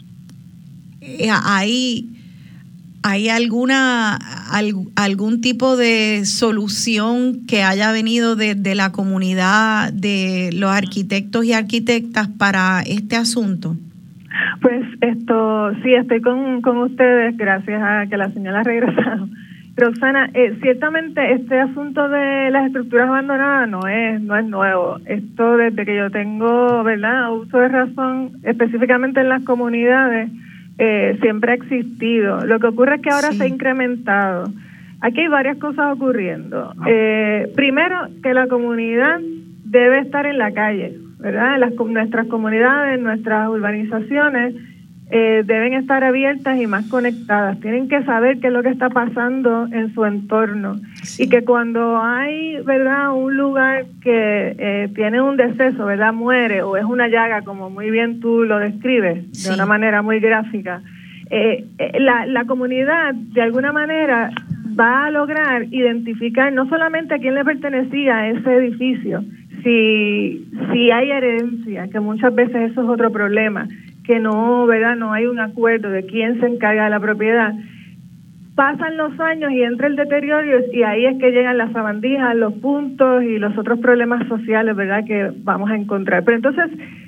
hay, hay alguna al, algún tipo de solución que haya venido de, de la comunidad de los arquitectos y arquitectas para este asunto. Pues esto, sí, estoy con, con ustedes, gracias a que la señora ha regresado. Roxana, eh, ciertamente este asunto de las estructuras abandonadas no es no es nuevo. Esto desde que yo tengo, ¿verdad?, uso de razón, específicamente en las comunidades, eh, siempre ha existido. Lo que ocurre es que ahora sí se ha incrementado. Aquí hay varias cosas ocurriendo. Eh, primero, que la comunidad debe estar en la calle, ¿verdad? En las, nuestras comunidades, nuestras urbanizaciones, eh, deben estar abiertas y más conectadas. Tienen que saber qué es lo que está pasando en su entorno. Sí. Y que cuando hay, ¿verdad?, un lugar que eh, tiene un deceso, ¿verdad?, muere o es una llaga, como muy bien tú lo describes, sí, de una manera muy gráfica, eh, eh, la, la comunidad de alguna manera va a lograr identificar no solamente a quién le pertenecía ese edificio, si, si hay herencia, que muchas veces eso es otro problema, que no, ¿verdad?, no hay un acuerdo de quién se encarga de la propiedad. Pasan los años y entra el deterioro y ahí es que llegan las sabandijas, los puntos y los otros problemas sociales, ¿verdad?, que vamos a encontrar. Pero entonces,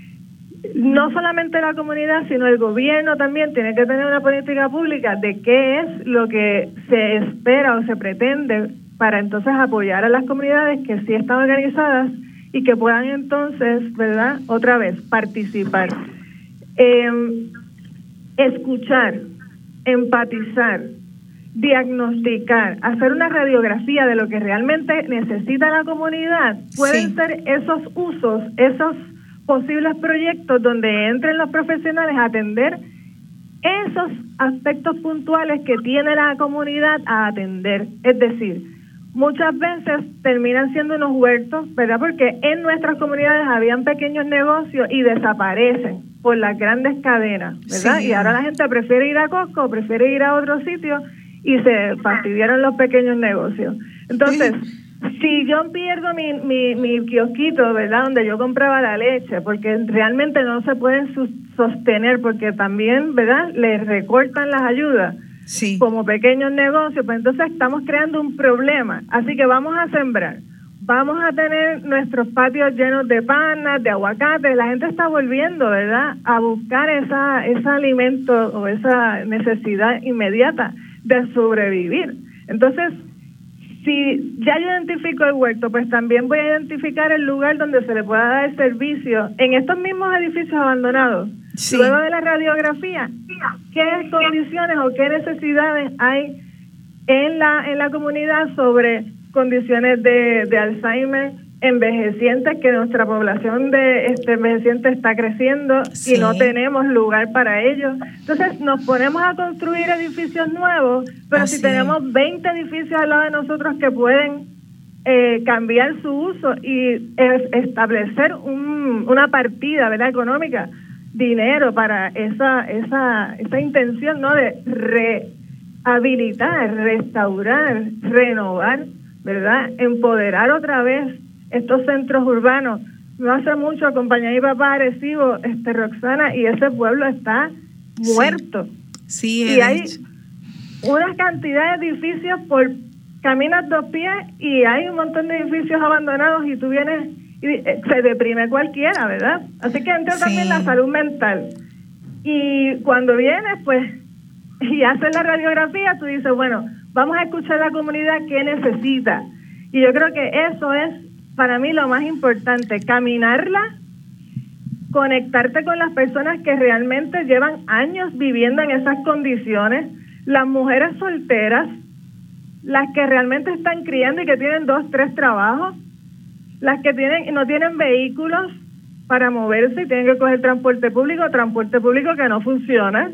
no solamente la comunidad, sino el gobierno también tiene que tener una política pública de qué es lo que se espera o se pretende para entonces apoyar a las comunidades que sí están organizadas y que puedan entonces, ¿verdad?, otra vez participar. Eh, escuchar, empatizar, diagnosticar, hacer una radiografía de lo que realmente necesita la comunidad. Pueden sí. ser esos usos, esos posibles proyectos donde entren los profesionales a atender esos aspectos puntuales que tiene la comunidad a atender. Es decir, muchas veces terminan siendo unos huertos, ¿verdad?, porque en nuestras comunidades habían pequeños negocios y desaparecen por las grandes cadenas, ¿verdad? Sí. Y ahora la gente prefiere ir a Costco, prefiere ir a otro sitio y se fastidiaron los pequeños negocios. Entonces, sí. si yo pierdo mi, mi, mi kiosquito, ¿verdad?, donde yo compraba la leche, porque realmente no se pueden sostener, porque también, ¿verdad?, les recortan las ayudas, sí, como pequeños negocios, pues entonces estamos creando un problema. Así que vamos a sembrar. Vamos a tener nuestros patios llenos de panas, de aguacate. La gente está volviendo, ¿verdad?, a buscar esa ese alimento o esa necesidad inmediata de sobrevivir. Entonces, si ya yo identifico el huerto, pues también voy a identificar el lugar donde se le pueda dar el servicio en estos mismos edificios abandonados. Sí. Luego de la radiografía, ¿qué condiciones o qué necesidades hay en la en la comunidad sobre condiciones de, de Alzheimer, envejecientes, que nuestra población de este envejeciente está creciendo, sí, y no tenemos lugar para ellos? Entonces nos ponemos a construir edificios nuevos, pero Así. si tenemos veinte edificios al lado de nosotros que pueden eh, cambiar su uso y es, establecer un, una partida, ¿verdad?, económica, dinero para esa esa esa intención, ¿no?, de rehabilitar, restaurar, renovar, ¿verdad?, empoderar otra vez estos centros urbanos. No hace mucho acompañé a mi papá a Arecibo, este, Roxana, y ese pueblo está muerto. Sí, sí, y hay hecho. una cantidad de edificios por caminas dos pies y hay un montón de edificios abandonados y tú vienes y eh, se deprime cualquiera, ¿verdad? Así que entra sí. también la salud mental. Y cuando vienes, pues, y haces la radiografía, tú dices, bueno, vamos a escuchar a la comunidad qué necesita. Y yo creo que eso es para mí lo más importante, caminarla, conectarte con las personas que realmente llevan años viviendo en esas condiciones, las mujeres solteras, las que realmente están criando y que tienen dos, tres trabajos, las que tienen no tienen vehículos para moverse y tienen que coger transporte público, transporte público que no funciona.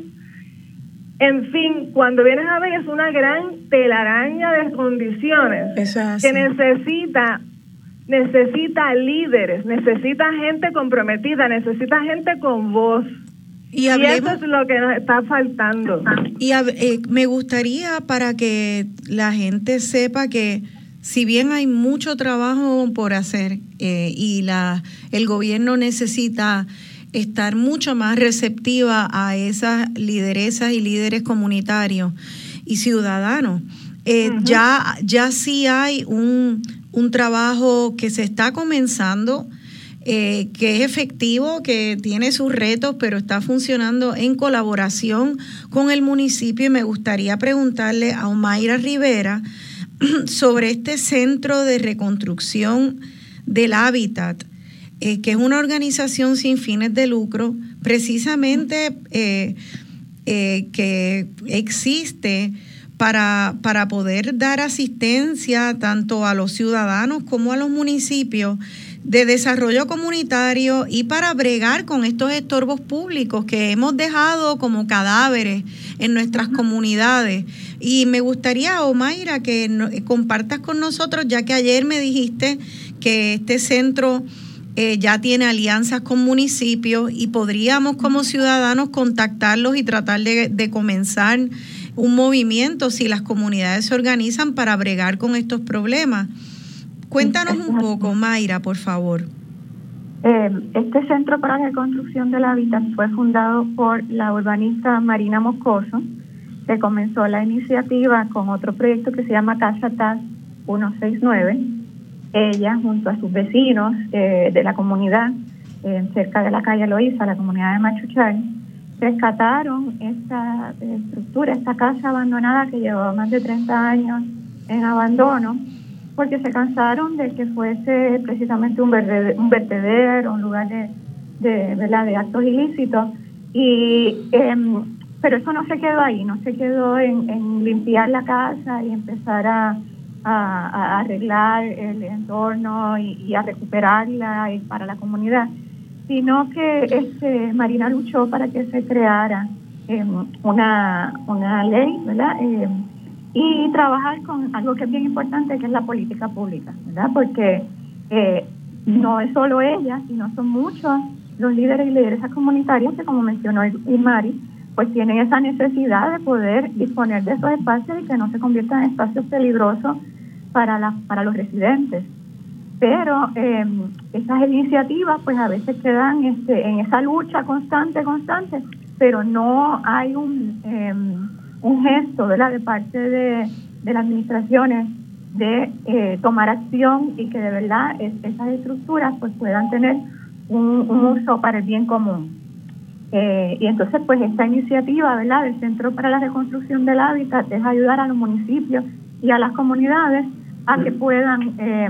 En fin, cuando vienes a ver, es una gran telaraña de condiciones que necesita necesita líderes, necesita gente comprometida, necesita gente con voz. Y, hablemos, y eso es lo que nos está faltando. Y eh, me gustaría, para que la gente sepa que si bien hay mucho trabajo por hacer eh, y la el gobierno necesita estar mucho más receptiva a esas lideresas y líderes comunitarios y ciudadanos, eh, uh-huh. ya, ya sí hay un, un trabajo que se está comenzando, eh, que es efectivo, que tiene sus retos, pero está funcionando en colaboración con el municipio. Y me gustaría preguntarle a Omaira Rivera sobre este centro de reconstrucción del hábitat, eh, que es una organización sin fines de lucro, precisamente eh, eh, que existe para, para poder dar asistencia tanto a los ciudadanos como a los municipios de desarrollo comunitario y para bregar con estos estorbos públicos que hemos dejado como cadáveres en nuestras comunidades. Y me gustaría, Omaira, que no, compartas con nosotros, ya que ayer me dijiste que este centro eh, ya tiene alianzas con municipios y podríamos como ciudadanos contactarlos y tratar de, de comenzar un movimiento si las comunidades se organizan para bregar con estos problemas. Cuéntanos un poco, Mayra, por favor. Eh, este Centro para la Reconstrucción del Hábitat fue fundado por la urbanista Marina Moscoso, que comenzó la iniciativa con otro proyecto que se llama Casa T A S ciento sesenta y nueve. Ella, junto a sus vecinos eh, de la comunidad, eh, cerca de la calle Loíza, la comunidad de Machuchay, rescataron esta eh, estructura, esta casa abandonada que llevaba más de treinta años en abandono, porque se cansaron de que fuese precisamente un vertedero, un, vertedero, un lugar de, de, ¿verdad? de actos ilícitos. Y, eh, pero eso no se quedó ahí, no se quedó en, en limpiar la casa y empezar a, a, a arreglar el entorno y, y a recuperarla y para la comunidad, sino que este, Marina luchó para que se creara eh, una, una ley, ¿verdad? Eh, y trabajar con algo que es bien importante, que es la política pública, ¿verdad? Porque eh, no es solo ella, sino son muchos los líderes y lideresas comunitarias que, como mencionó Irmari, pues tienen esa necesidad de poder disponer de esos espacios y que no se conviertan en espacios peligrosos para, la, para los residentes. Pero eh, esas iniciativas pues a veces quedan este, en esa lucha constante, constante, pero no hay un... Eh, un gesto, ¿verdad?, de parte de, de las administraciones de eh, tomar acción y que de verdad es, esas estructuras pues puedan tener un, un uso para el bien común. Eh, y entonces pues esta iniciativa, ¿verdad?, del Centro para la Reconstrucción del Hábitat es ayudar a los municipios y a las comunidades a que puedan eh,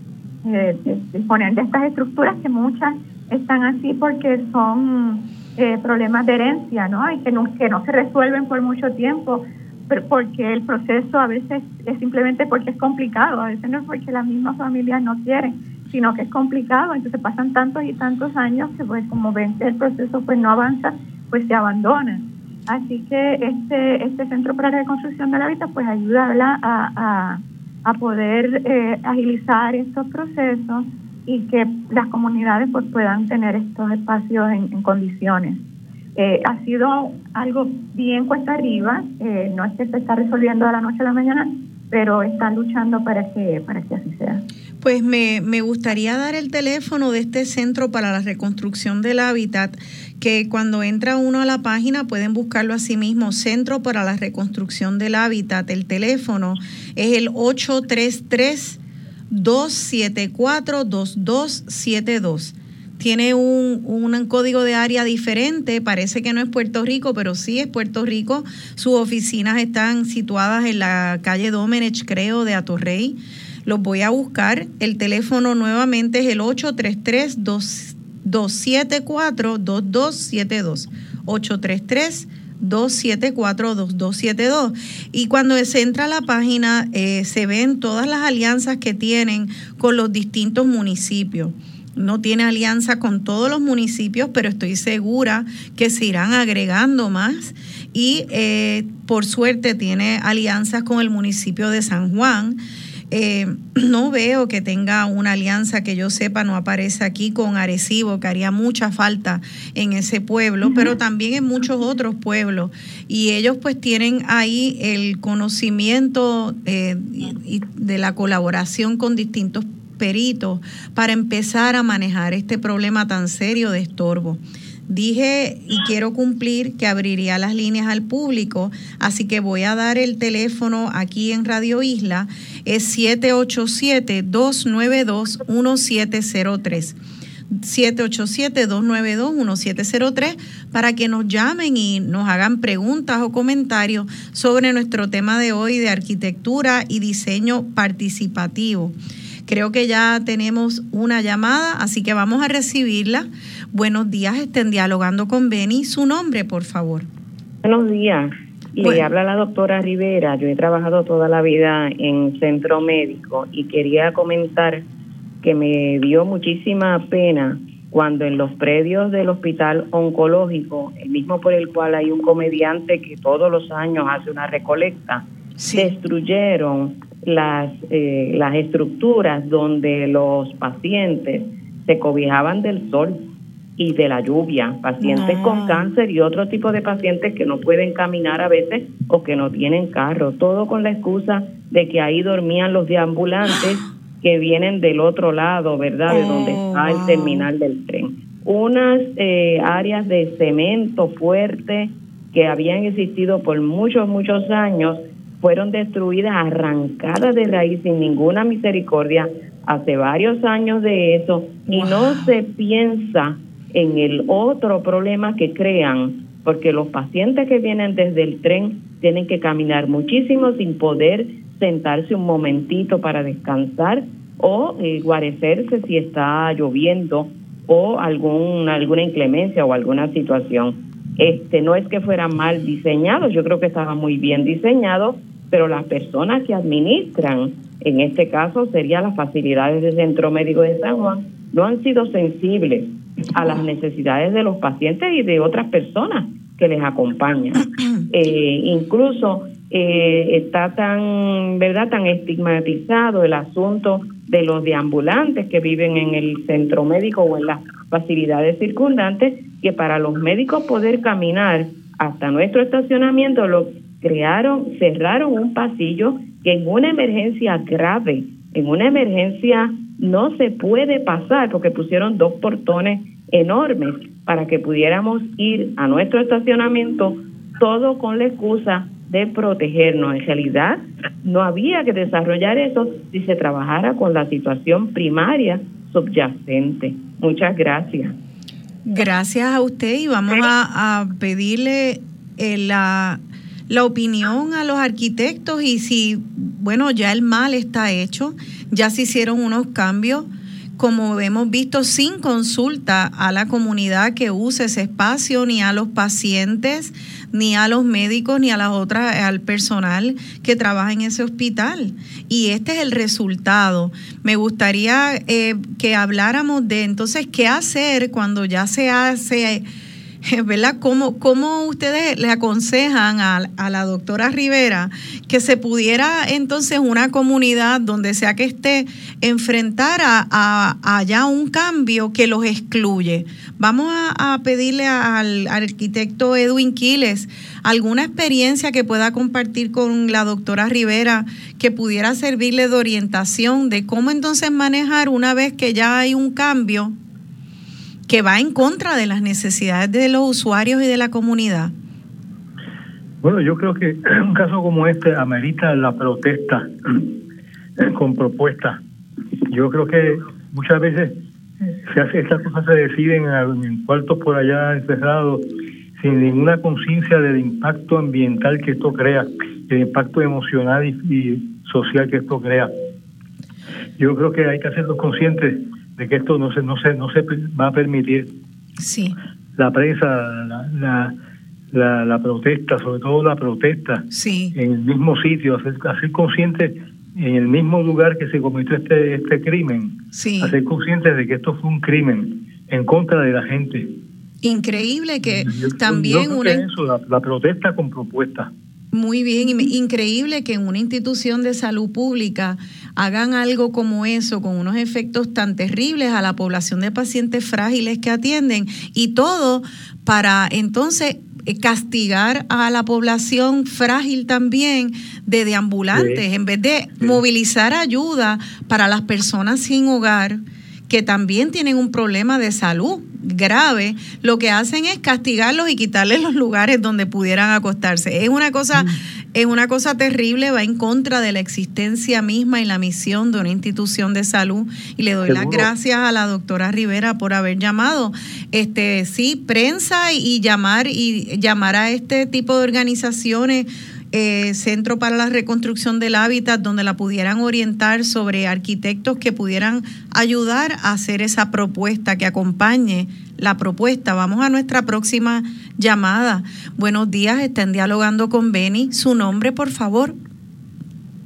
eh, disponer de estas estructuras, que muchas están así porque son Eh, problemas de herencia, ¿no? Y que no, que no se resuelven por mucho tiempo, pero porque el proceso a veces es simplemente porque es complicado, a veces no es porque las mismas familias no quieren, sino que es complicado, entonces pasan tantos y tantos años que pues como ven que el proceso pues no avanza, pues se abandona. Así que este este Centro para la Reconstrucción del Hábitat pues ayuda, ¿verdad?, a, a, a poder eh, agilizar estos procesos y que las comunidades pues puedan tener estos espacios en, en condiciones. Eh, ha sido algo bien cuesta arriba, eh, no es que se está resolviendo de la noche a la mañana, pero están luchando para que para que así sea. Pues me, me gustaría dar el teléfono de este Centro para la Reconstrucción del Hábitat, que cuando entra uno a la página pueden buscarlo así mismo, Centro para la Reconstrucción del Hábitat. El teléfono es el ocho tres tres, dos siete cuatro, dos dos siete dos. Tiene un, un código de área diferente, parece que no es Puerto Rico, pero sí es Puerto Rico. Sus oficinas están situadas en la calle Domenech, creo, de Atorrey. Los voy a buscar. El teléfono nuevamente es el ocho tres tres, dos siete cuatro, dos dos siete dos. ocho tres tres, dos siete cuatro, dos dos siete dos. Y cuando se entra a la página eh, se ven todas las alianzas que tienen con los distintos municipios. No tiene alianza con todos los municipios, pero estoy segura que se irán agregando más. Y eh, por suerte tiene alianzas con el municipio de San Juan. Eh, no veo que tenga una alianza que yo sepa, no aparece aquí con Arecibo, que haría mucha falta en ese pueblo, uh-huh. pero también en muchos otros pueblos. Y ellos pues tienen ahí el conocimiento eh, y, y de la colaboración con distintos peritos para empezar a manejar este problema tan serio de estorbo. Dije y quiero cumplir que abriría las líneas al público, así que voy a dar el teléfono aquí en Radio Isla, es siete ocho siete, dos nueve dos, uno siete cero tres. siete ocho siete, dos nueve dos, uno siete cero tres para que nos llamen y nos hagan preguntas o comentarios sobre nuestro tema de hoy de arquitectura y diseño participativo. Creo que ya tenemos una llamada, así que vamos a recibirla. Buenos días, estén dialogando con Beni. Su nombre, por favor. Buenos días. Le bueno. habla la doctora Rivera. Yo he trabajado toda la vida en centro médico y quería comentar que me dio muchísima pena cuando en los predios del hospital oncológico, el mismo por el cual hay un comediante que todos los años hace una recolecta, sí. destruyeron las, eh, las estructuras donde los pacientes se cobijaban del sol y de la lluvia, pacientes no. con cáncer y otro tipo de pacientes que no pueden caminar a veces o que no tienen carro, todo con la excusa de que ahí dormían los deambulantes que vienen del otro lado, ¿verdad? De donde oh, está el wow. terminal del tren. Unas eh, áreas de cemento fuerte que habían existido por muchos, muchos años, fueron destruidas, arrancadas de raíz sin ninguna misericordia, hace varios años de eso, y wow. no se piensa en el otro problema que crean, porque los pacientes que vienen desde el tren tienen que caminar muchísimo sin poder sentarse un momentito para descansar o eh, guarecerse si está lloviendo o algún, alguna inclemencia o alguna situación. Este, no es que fueran mal diseñados, yo creo que estaban muy bien diseñados, pero las personas que administran, en este caso serían las facilidades del Centro Médico de San Juan, no han sido sensibles a las necesidades de los pacientes y de otras personas que les acompañan. Eh, incluso eh, está tan, ¿verdad?, tan estigmatizado el asunto de los deambulantes que viven en el centro médico o en las facilidades circundantes, que para los médicos poder caminar hasta nuestro estacionamiento lo crearon, cerraron un pasillo que en una emergencia grave, en una emergencia no se puede pasar porque pusieron dos portones enormes para que pudiéramos ir a nuestro estacionamiento, todo con la excusa de protegernos. En realidad no había que desarrollar eso si se trabajara con la situación primaria subyacente. Muchas gracias. Gracias a usted, y vamos a, a pedirle eh, la, la opinión a los arquitectos, y si, bueno, ya el mal está hecho, ya se hicieron unos cambios, como hemos visto, sin consulta a la comunidad que use ese espacio, ni a los pacientes, ni a los médicos, ni a las otras, al personal que trabaja en ese hospital. Y este es el resultado. Me gustaría eh, que habláramos de entonces qué hacer cuando ya se hace, ¿verdad? ¿Cómo, cómo ustedes le aconsejan a, a la doctora Rivera que se pudiera entonces una comunidad donde sea que esté enfrentar a, a, a ya un cambio que los excluye? Vamos a, a pedirle al, al arquitecto Edwin Quiles alguna experiencia que pueda compartir con la doctora Rivera que pudiera servirle de orientación de cómo entonces manejar una vez que ya hay un cambio que va en contra de las necesidades de los usuarios y de la comunidad. Bueno, yo creo que un caso como este amerita la protesta con propuestas. Yo creo que muchas veces se hace, estas cosas se deciden en, en cuartos por allá encerrados, sin ninguna conciencia del impacto ambiental que esto crea, el impacto emocional y, y social que esto crea. Yo creo que hay que hacerlos conscientes de que esto no se no se no se va a permitir. Sí. La prensa, la, la, la, la protesta, sobre todo la protesta, sí. en el mismo sitio, hacer, hacer conscientes en el mismo lugar que se cometió este este crimen, sí. hacer conscientes de que esto fue un crimen en contra de la gente. Increíble que yo, también yo creo una que eso, la, la protesta con propuesta. Muy bien, increíble que en una institución de salud pública hagan algo como eso, con unos efectos tan terribles a la población de pacientes frágiles que atienden, y todo para entonces castigar a la población frágil también de deambulantes, sí. en vez de sí. movilizar ayuda para las personas sin hogar que también tienen un problema de salud grave. Lo que hacen es castigarlos y quitarles los lugares donde pudieran acostarse. Es una cosa, mm. es una cosa terrible, va en contra de la existencia misma y la misión de una institución de salud. Y le doy ¿Seguro? las gracias a la doctora Rivera por haber llamado. Este, sí, prensa y, y llamar y llamar a este tipo de organizaciones. Eh, Centro para la Reconstrucción del Hábitat, donde la pudieran orientar sobre arquitectos que pudieran ayudar a hacer esa propuesta, que acompañe la propuesta. Vamos a nuestra próxima llamada. Buenos días, están dialogando con Beni. Su nombre, por favor.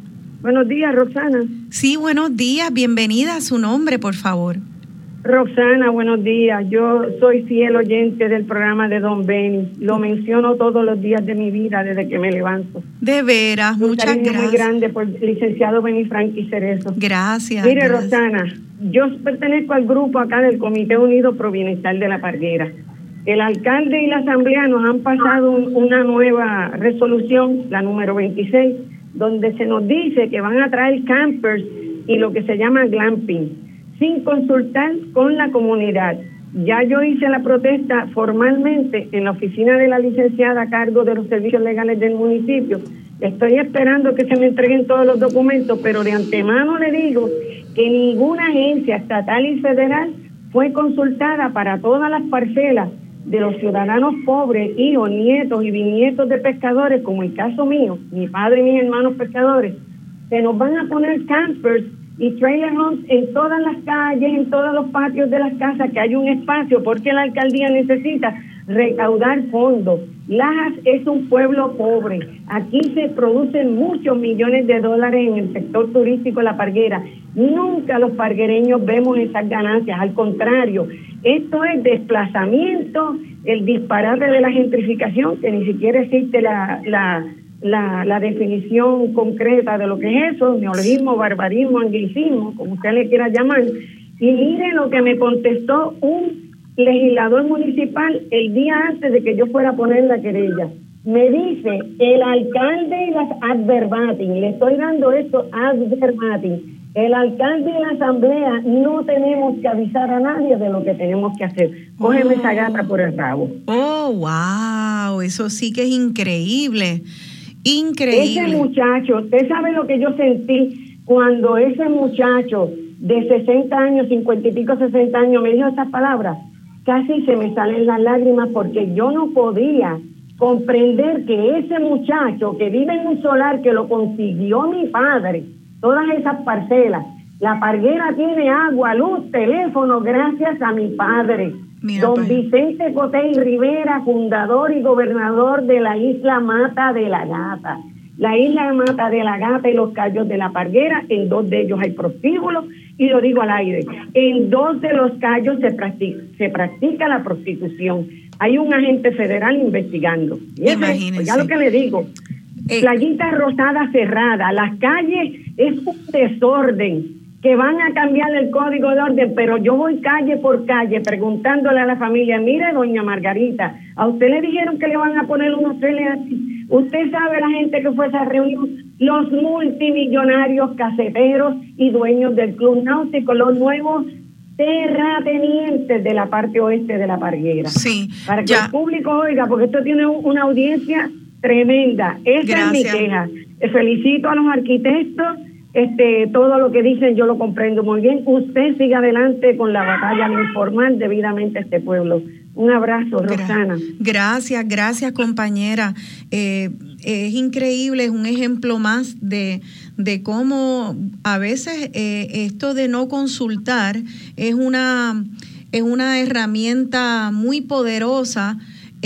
Buenos días, Roxana. Sí, buenos días. Bienvenida. Su nombre, por favor. Roxana, buenos días. Yo soy fiel oyente del programa de Don Benny. Lo menciono todos los días de mi vida desde que me levanto. De veras, Un muchas cariño gracias. muy grande por el licenciado Benny Frankie Cerezo. Gracias. Mire, gracias. Roxana, yo pertenezco al grupo acá del Comité Unido Pro Bienestar de la Parguera. El alcalde y la asamblea nos han pasado un, una nueva resolución, la número veintiséis, donde se nos dice que van a traer campers y lo que se llama glamping, sin consultar con la comunidad. Ya yo hice la protesta formalmente en la oficina de la licenciada a cargo de los servicios legales del municipio. Estoy esperando que se me entreguen todos los documentos, pero de antemano le digo que ninguna agencia estatal y federal fue consultada para todas las parcelas de los ciudadanos pobres, hijos, nietos y bisnietos de pescadores, como el caso mío, mi padre y mis hermanos pescadores. Se nos van a poner campers y trailer homes en todas las calles, en todos los patios de las casas, que hay un espacio, porque la alcaldía necesita recaudar fondos. Lajas es un pueblo pobre. Aquí se producen muchos millones de dólares en el sector turístico de la Parguera. Nunca los parguereños vemos esas ganancias, al contrario, esto es desplazamiento, el disparate de la gentrificación, que ni siquiera existe la, la, la, la definición concreta de lo que es eso, neologismo, barbarismo, anglicismo, como usted le quiera llamar. Y mire lo que me contestó un legislador municipal el día antes de que yo fuera a poner la querella. Me dice, el alcalde y las adverbating, le estoy dando esto adverbating, el alcalde y la asamblea no tenemos que avisar a nadie de lo que tenemos que hacer. Cógeme oh. esa gata por el rabo. Oh, wow, eso sí que es increíble, increíble. Ese muchacho, usted sabe lo que yo sentí cuando ese muchacho de sesenta años, cincuenta y pico, sesenta años, me dijo esas palabras. Casi se me salen las lágrimas porque yo no podía comprender que ese muchacho que vive en un solar que lo consiguió mi padre, todas esas parcelas, la Parguera tiene agua, luz, teléfono, gracias a mi padre, Mira, don pues. Vicente Cotey Rivera, fundador y gobernador de la isla Mata de la Gata. La isla Mata de la Gata y los Cayos de la Parguera, en dos de ellos hay prostíbulos, y lo digo al aire, en dos de los Cayos se practica, se practica la prostitución. Hay un agente federal investigando. Imagínense. Ya lo que le digo, eh, Playita Rosada cerrada, las calles es un desorden, que van a cambiar el código de orden, pero yo voy calle por calle preguntándole a la familia, mire, doña Margarita, a usted le dijeron que le van a poner unos trenes así. Usted sabe la gente que fue a esa reunión, los multimillonarios caseteros y dueños del club náutico, los nuevos terratenientes de la parte oeste de la Parguera. Sí, para que ya. el público oiga, porque esto tiene una audiencia tremenda. Esa Gracias. Es mi queja. Felicito a los arquitectos. Este, todo lo que dicen yo lo comprendo muy bien. Usted siga adelante con la batalla de informar debidamente a este pueblo. Un abrazo, Roxana. Gracias, gracias, compañera. Eh, es increíble, es un ejemplo más de, de cómo a veces eh, esto de no consultar es una, es una herramienta muy poderosa.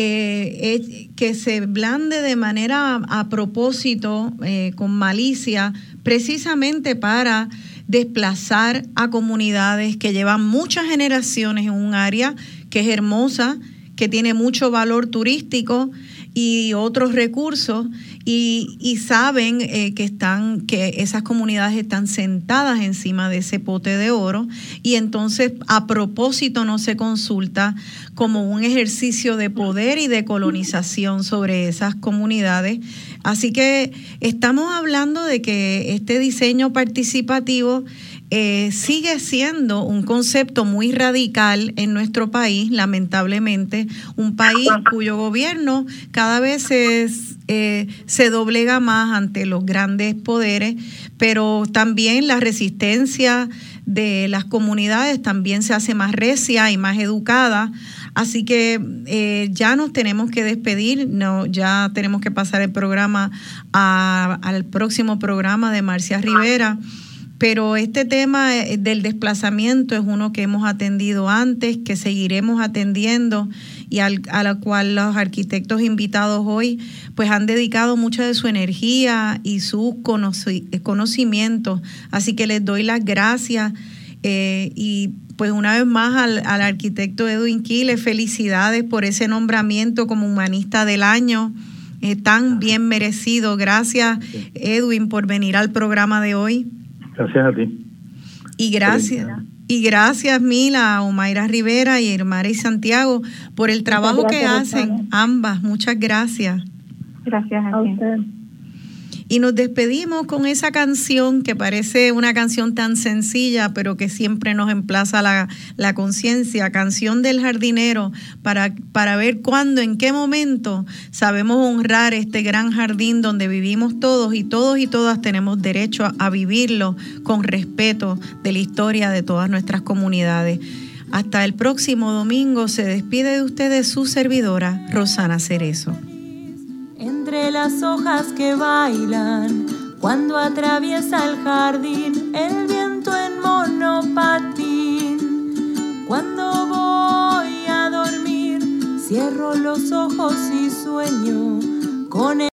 Eh, eh, que se blande de manera a propósito, eh, con malicia, precisamente para desplazar a comunidades que llevan muchas generaciones en un área que es hermosa, que tiene mucho valor turístico y otros recursos, y, y saben eh, que están, que esas comunidades están sentadas encima de ese pote de oro, y entonces a propósito no se consulta como un ejercicio de poder y de colonización sobre esas comunidades. Así que estamos hablando de que este diseño participativo Eh, sigue siendo un concepto muy radical en nuestro país, lamentablemente, un país cuyo gobierno cada vez es, eh, se doblega más ante los grandes poderes, pero también la resistencia de las comunidades también se hace más recia y más educada. Así que eh, ya nos tenemos que despedir, no, ya tenemos que pasar el programa a, al próximo programa de Marcia Rivera. pero este tema del desplazamiento es uno que hemos atendido antes, que seguiremos atendiendo y al, a la cual los arquitectos invitados hoy pues han dedicado mucha de su energía y sus conoci- conocimientos. Así que les doy las gracias eh, y pues una vez más al, al arquitecto Edwin Quiles, felicidades por ese nombramiento como humanista del año, eh, tan bien merecido. Gracias, Edwin, por venir al programa de hoy. Gracias a ti. Y gracias, y gracias Mila, a Omaira Rivera y Irmara y Santiago por el trabajo que hacen, ambas. Muchas gracias. Gracias a, a usted. Y nos despedimos con esa canción que parece una canción tan sencilla, pero que siempre nos emplaza la, la conciencia, Canción del Jardinero, para, para ver cuándo, en qué momento sabemos honrar este gran jardín donde vivimos todos y todos y todas tenemos derecho a, a vivirlo con respeto de la historia de todas nuestras comunidades. Hasta el próximo domingo se despide de ustedes su servidora, Rosana Cerezo. Entre las hojas que bailan, cuando atraviesa el jardín, el viento en monopatín. Cuando voy a dormir, cierro los ojos y sueño con el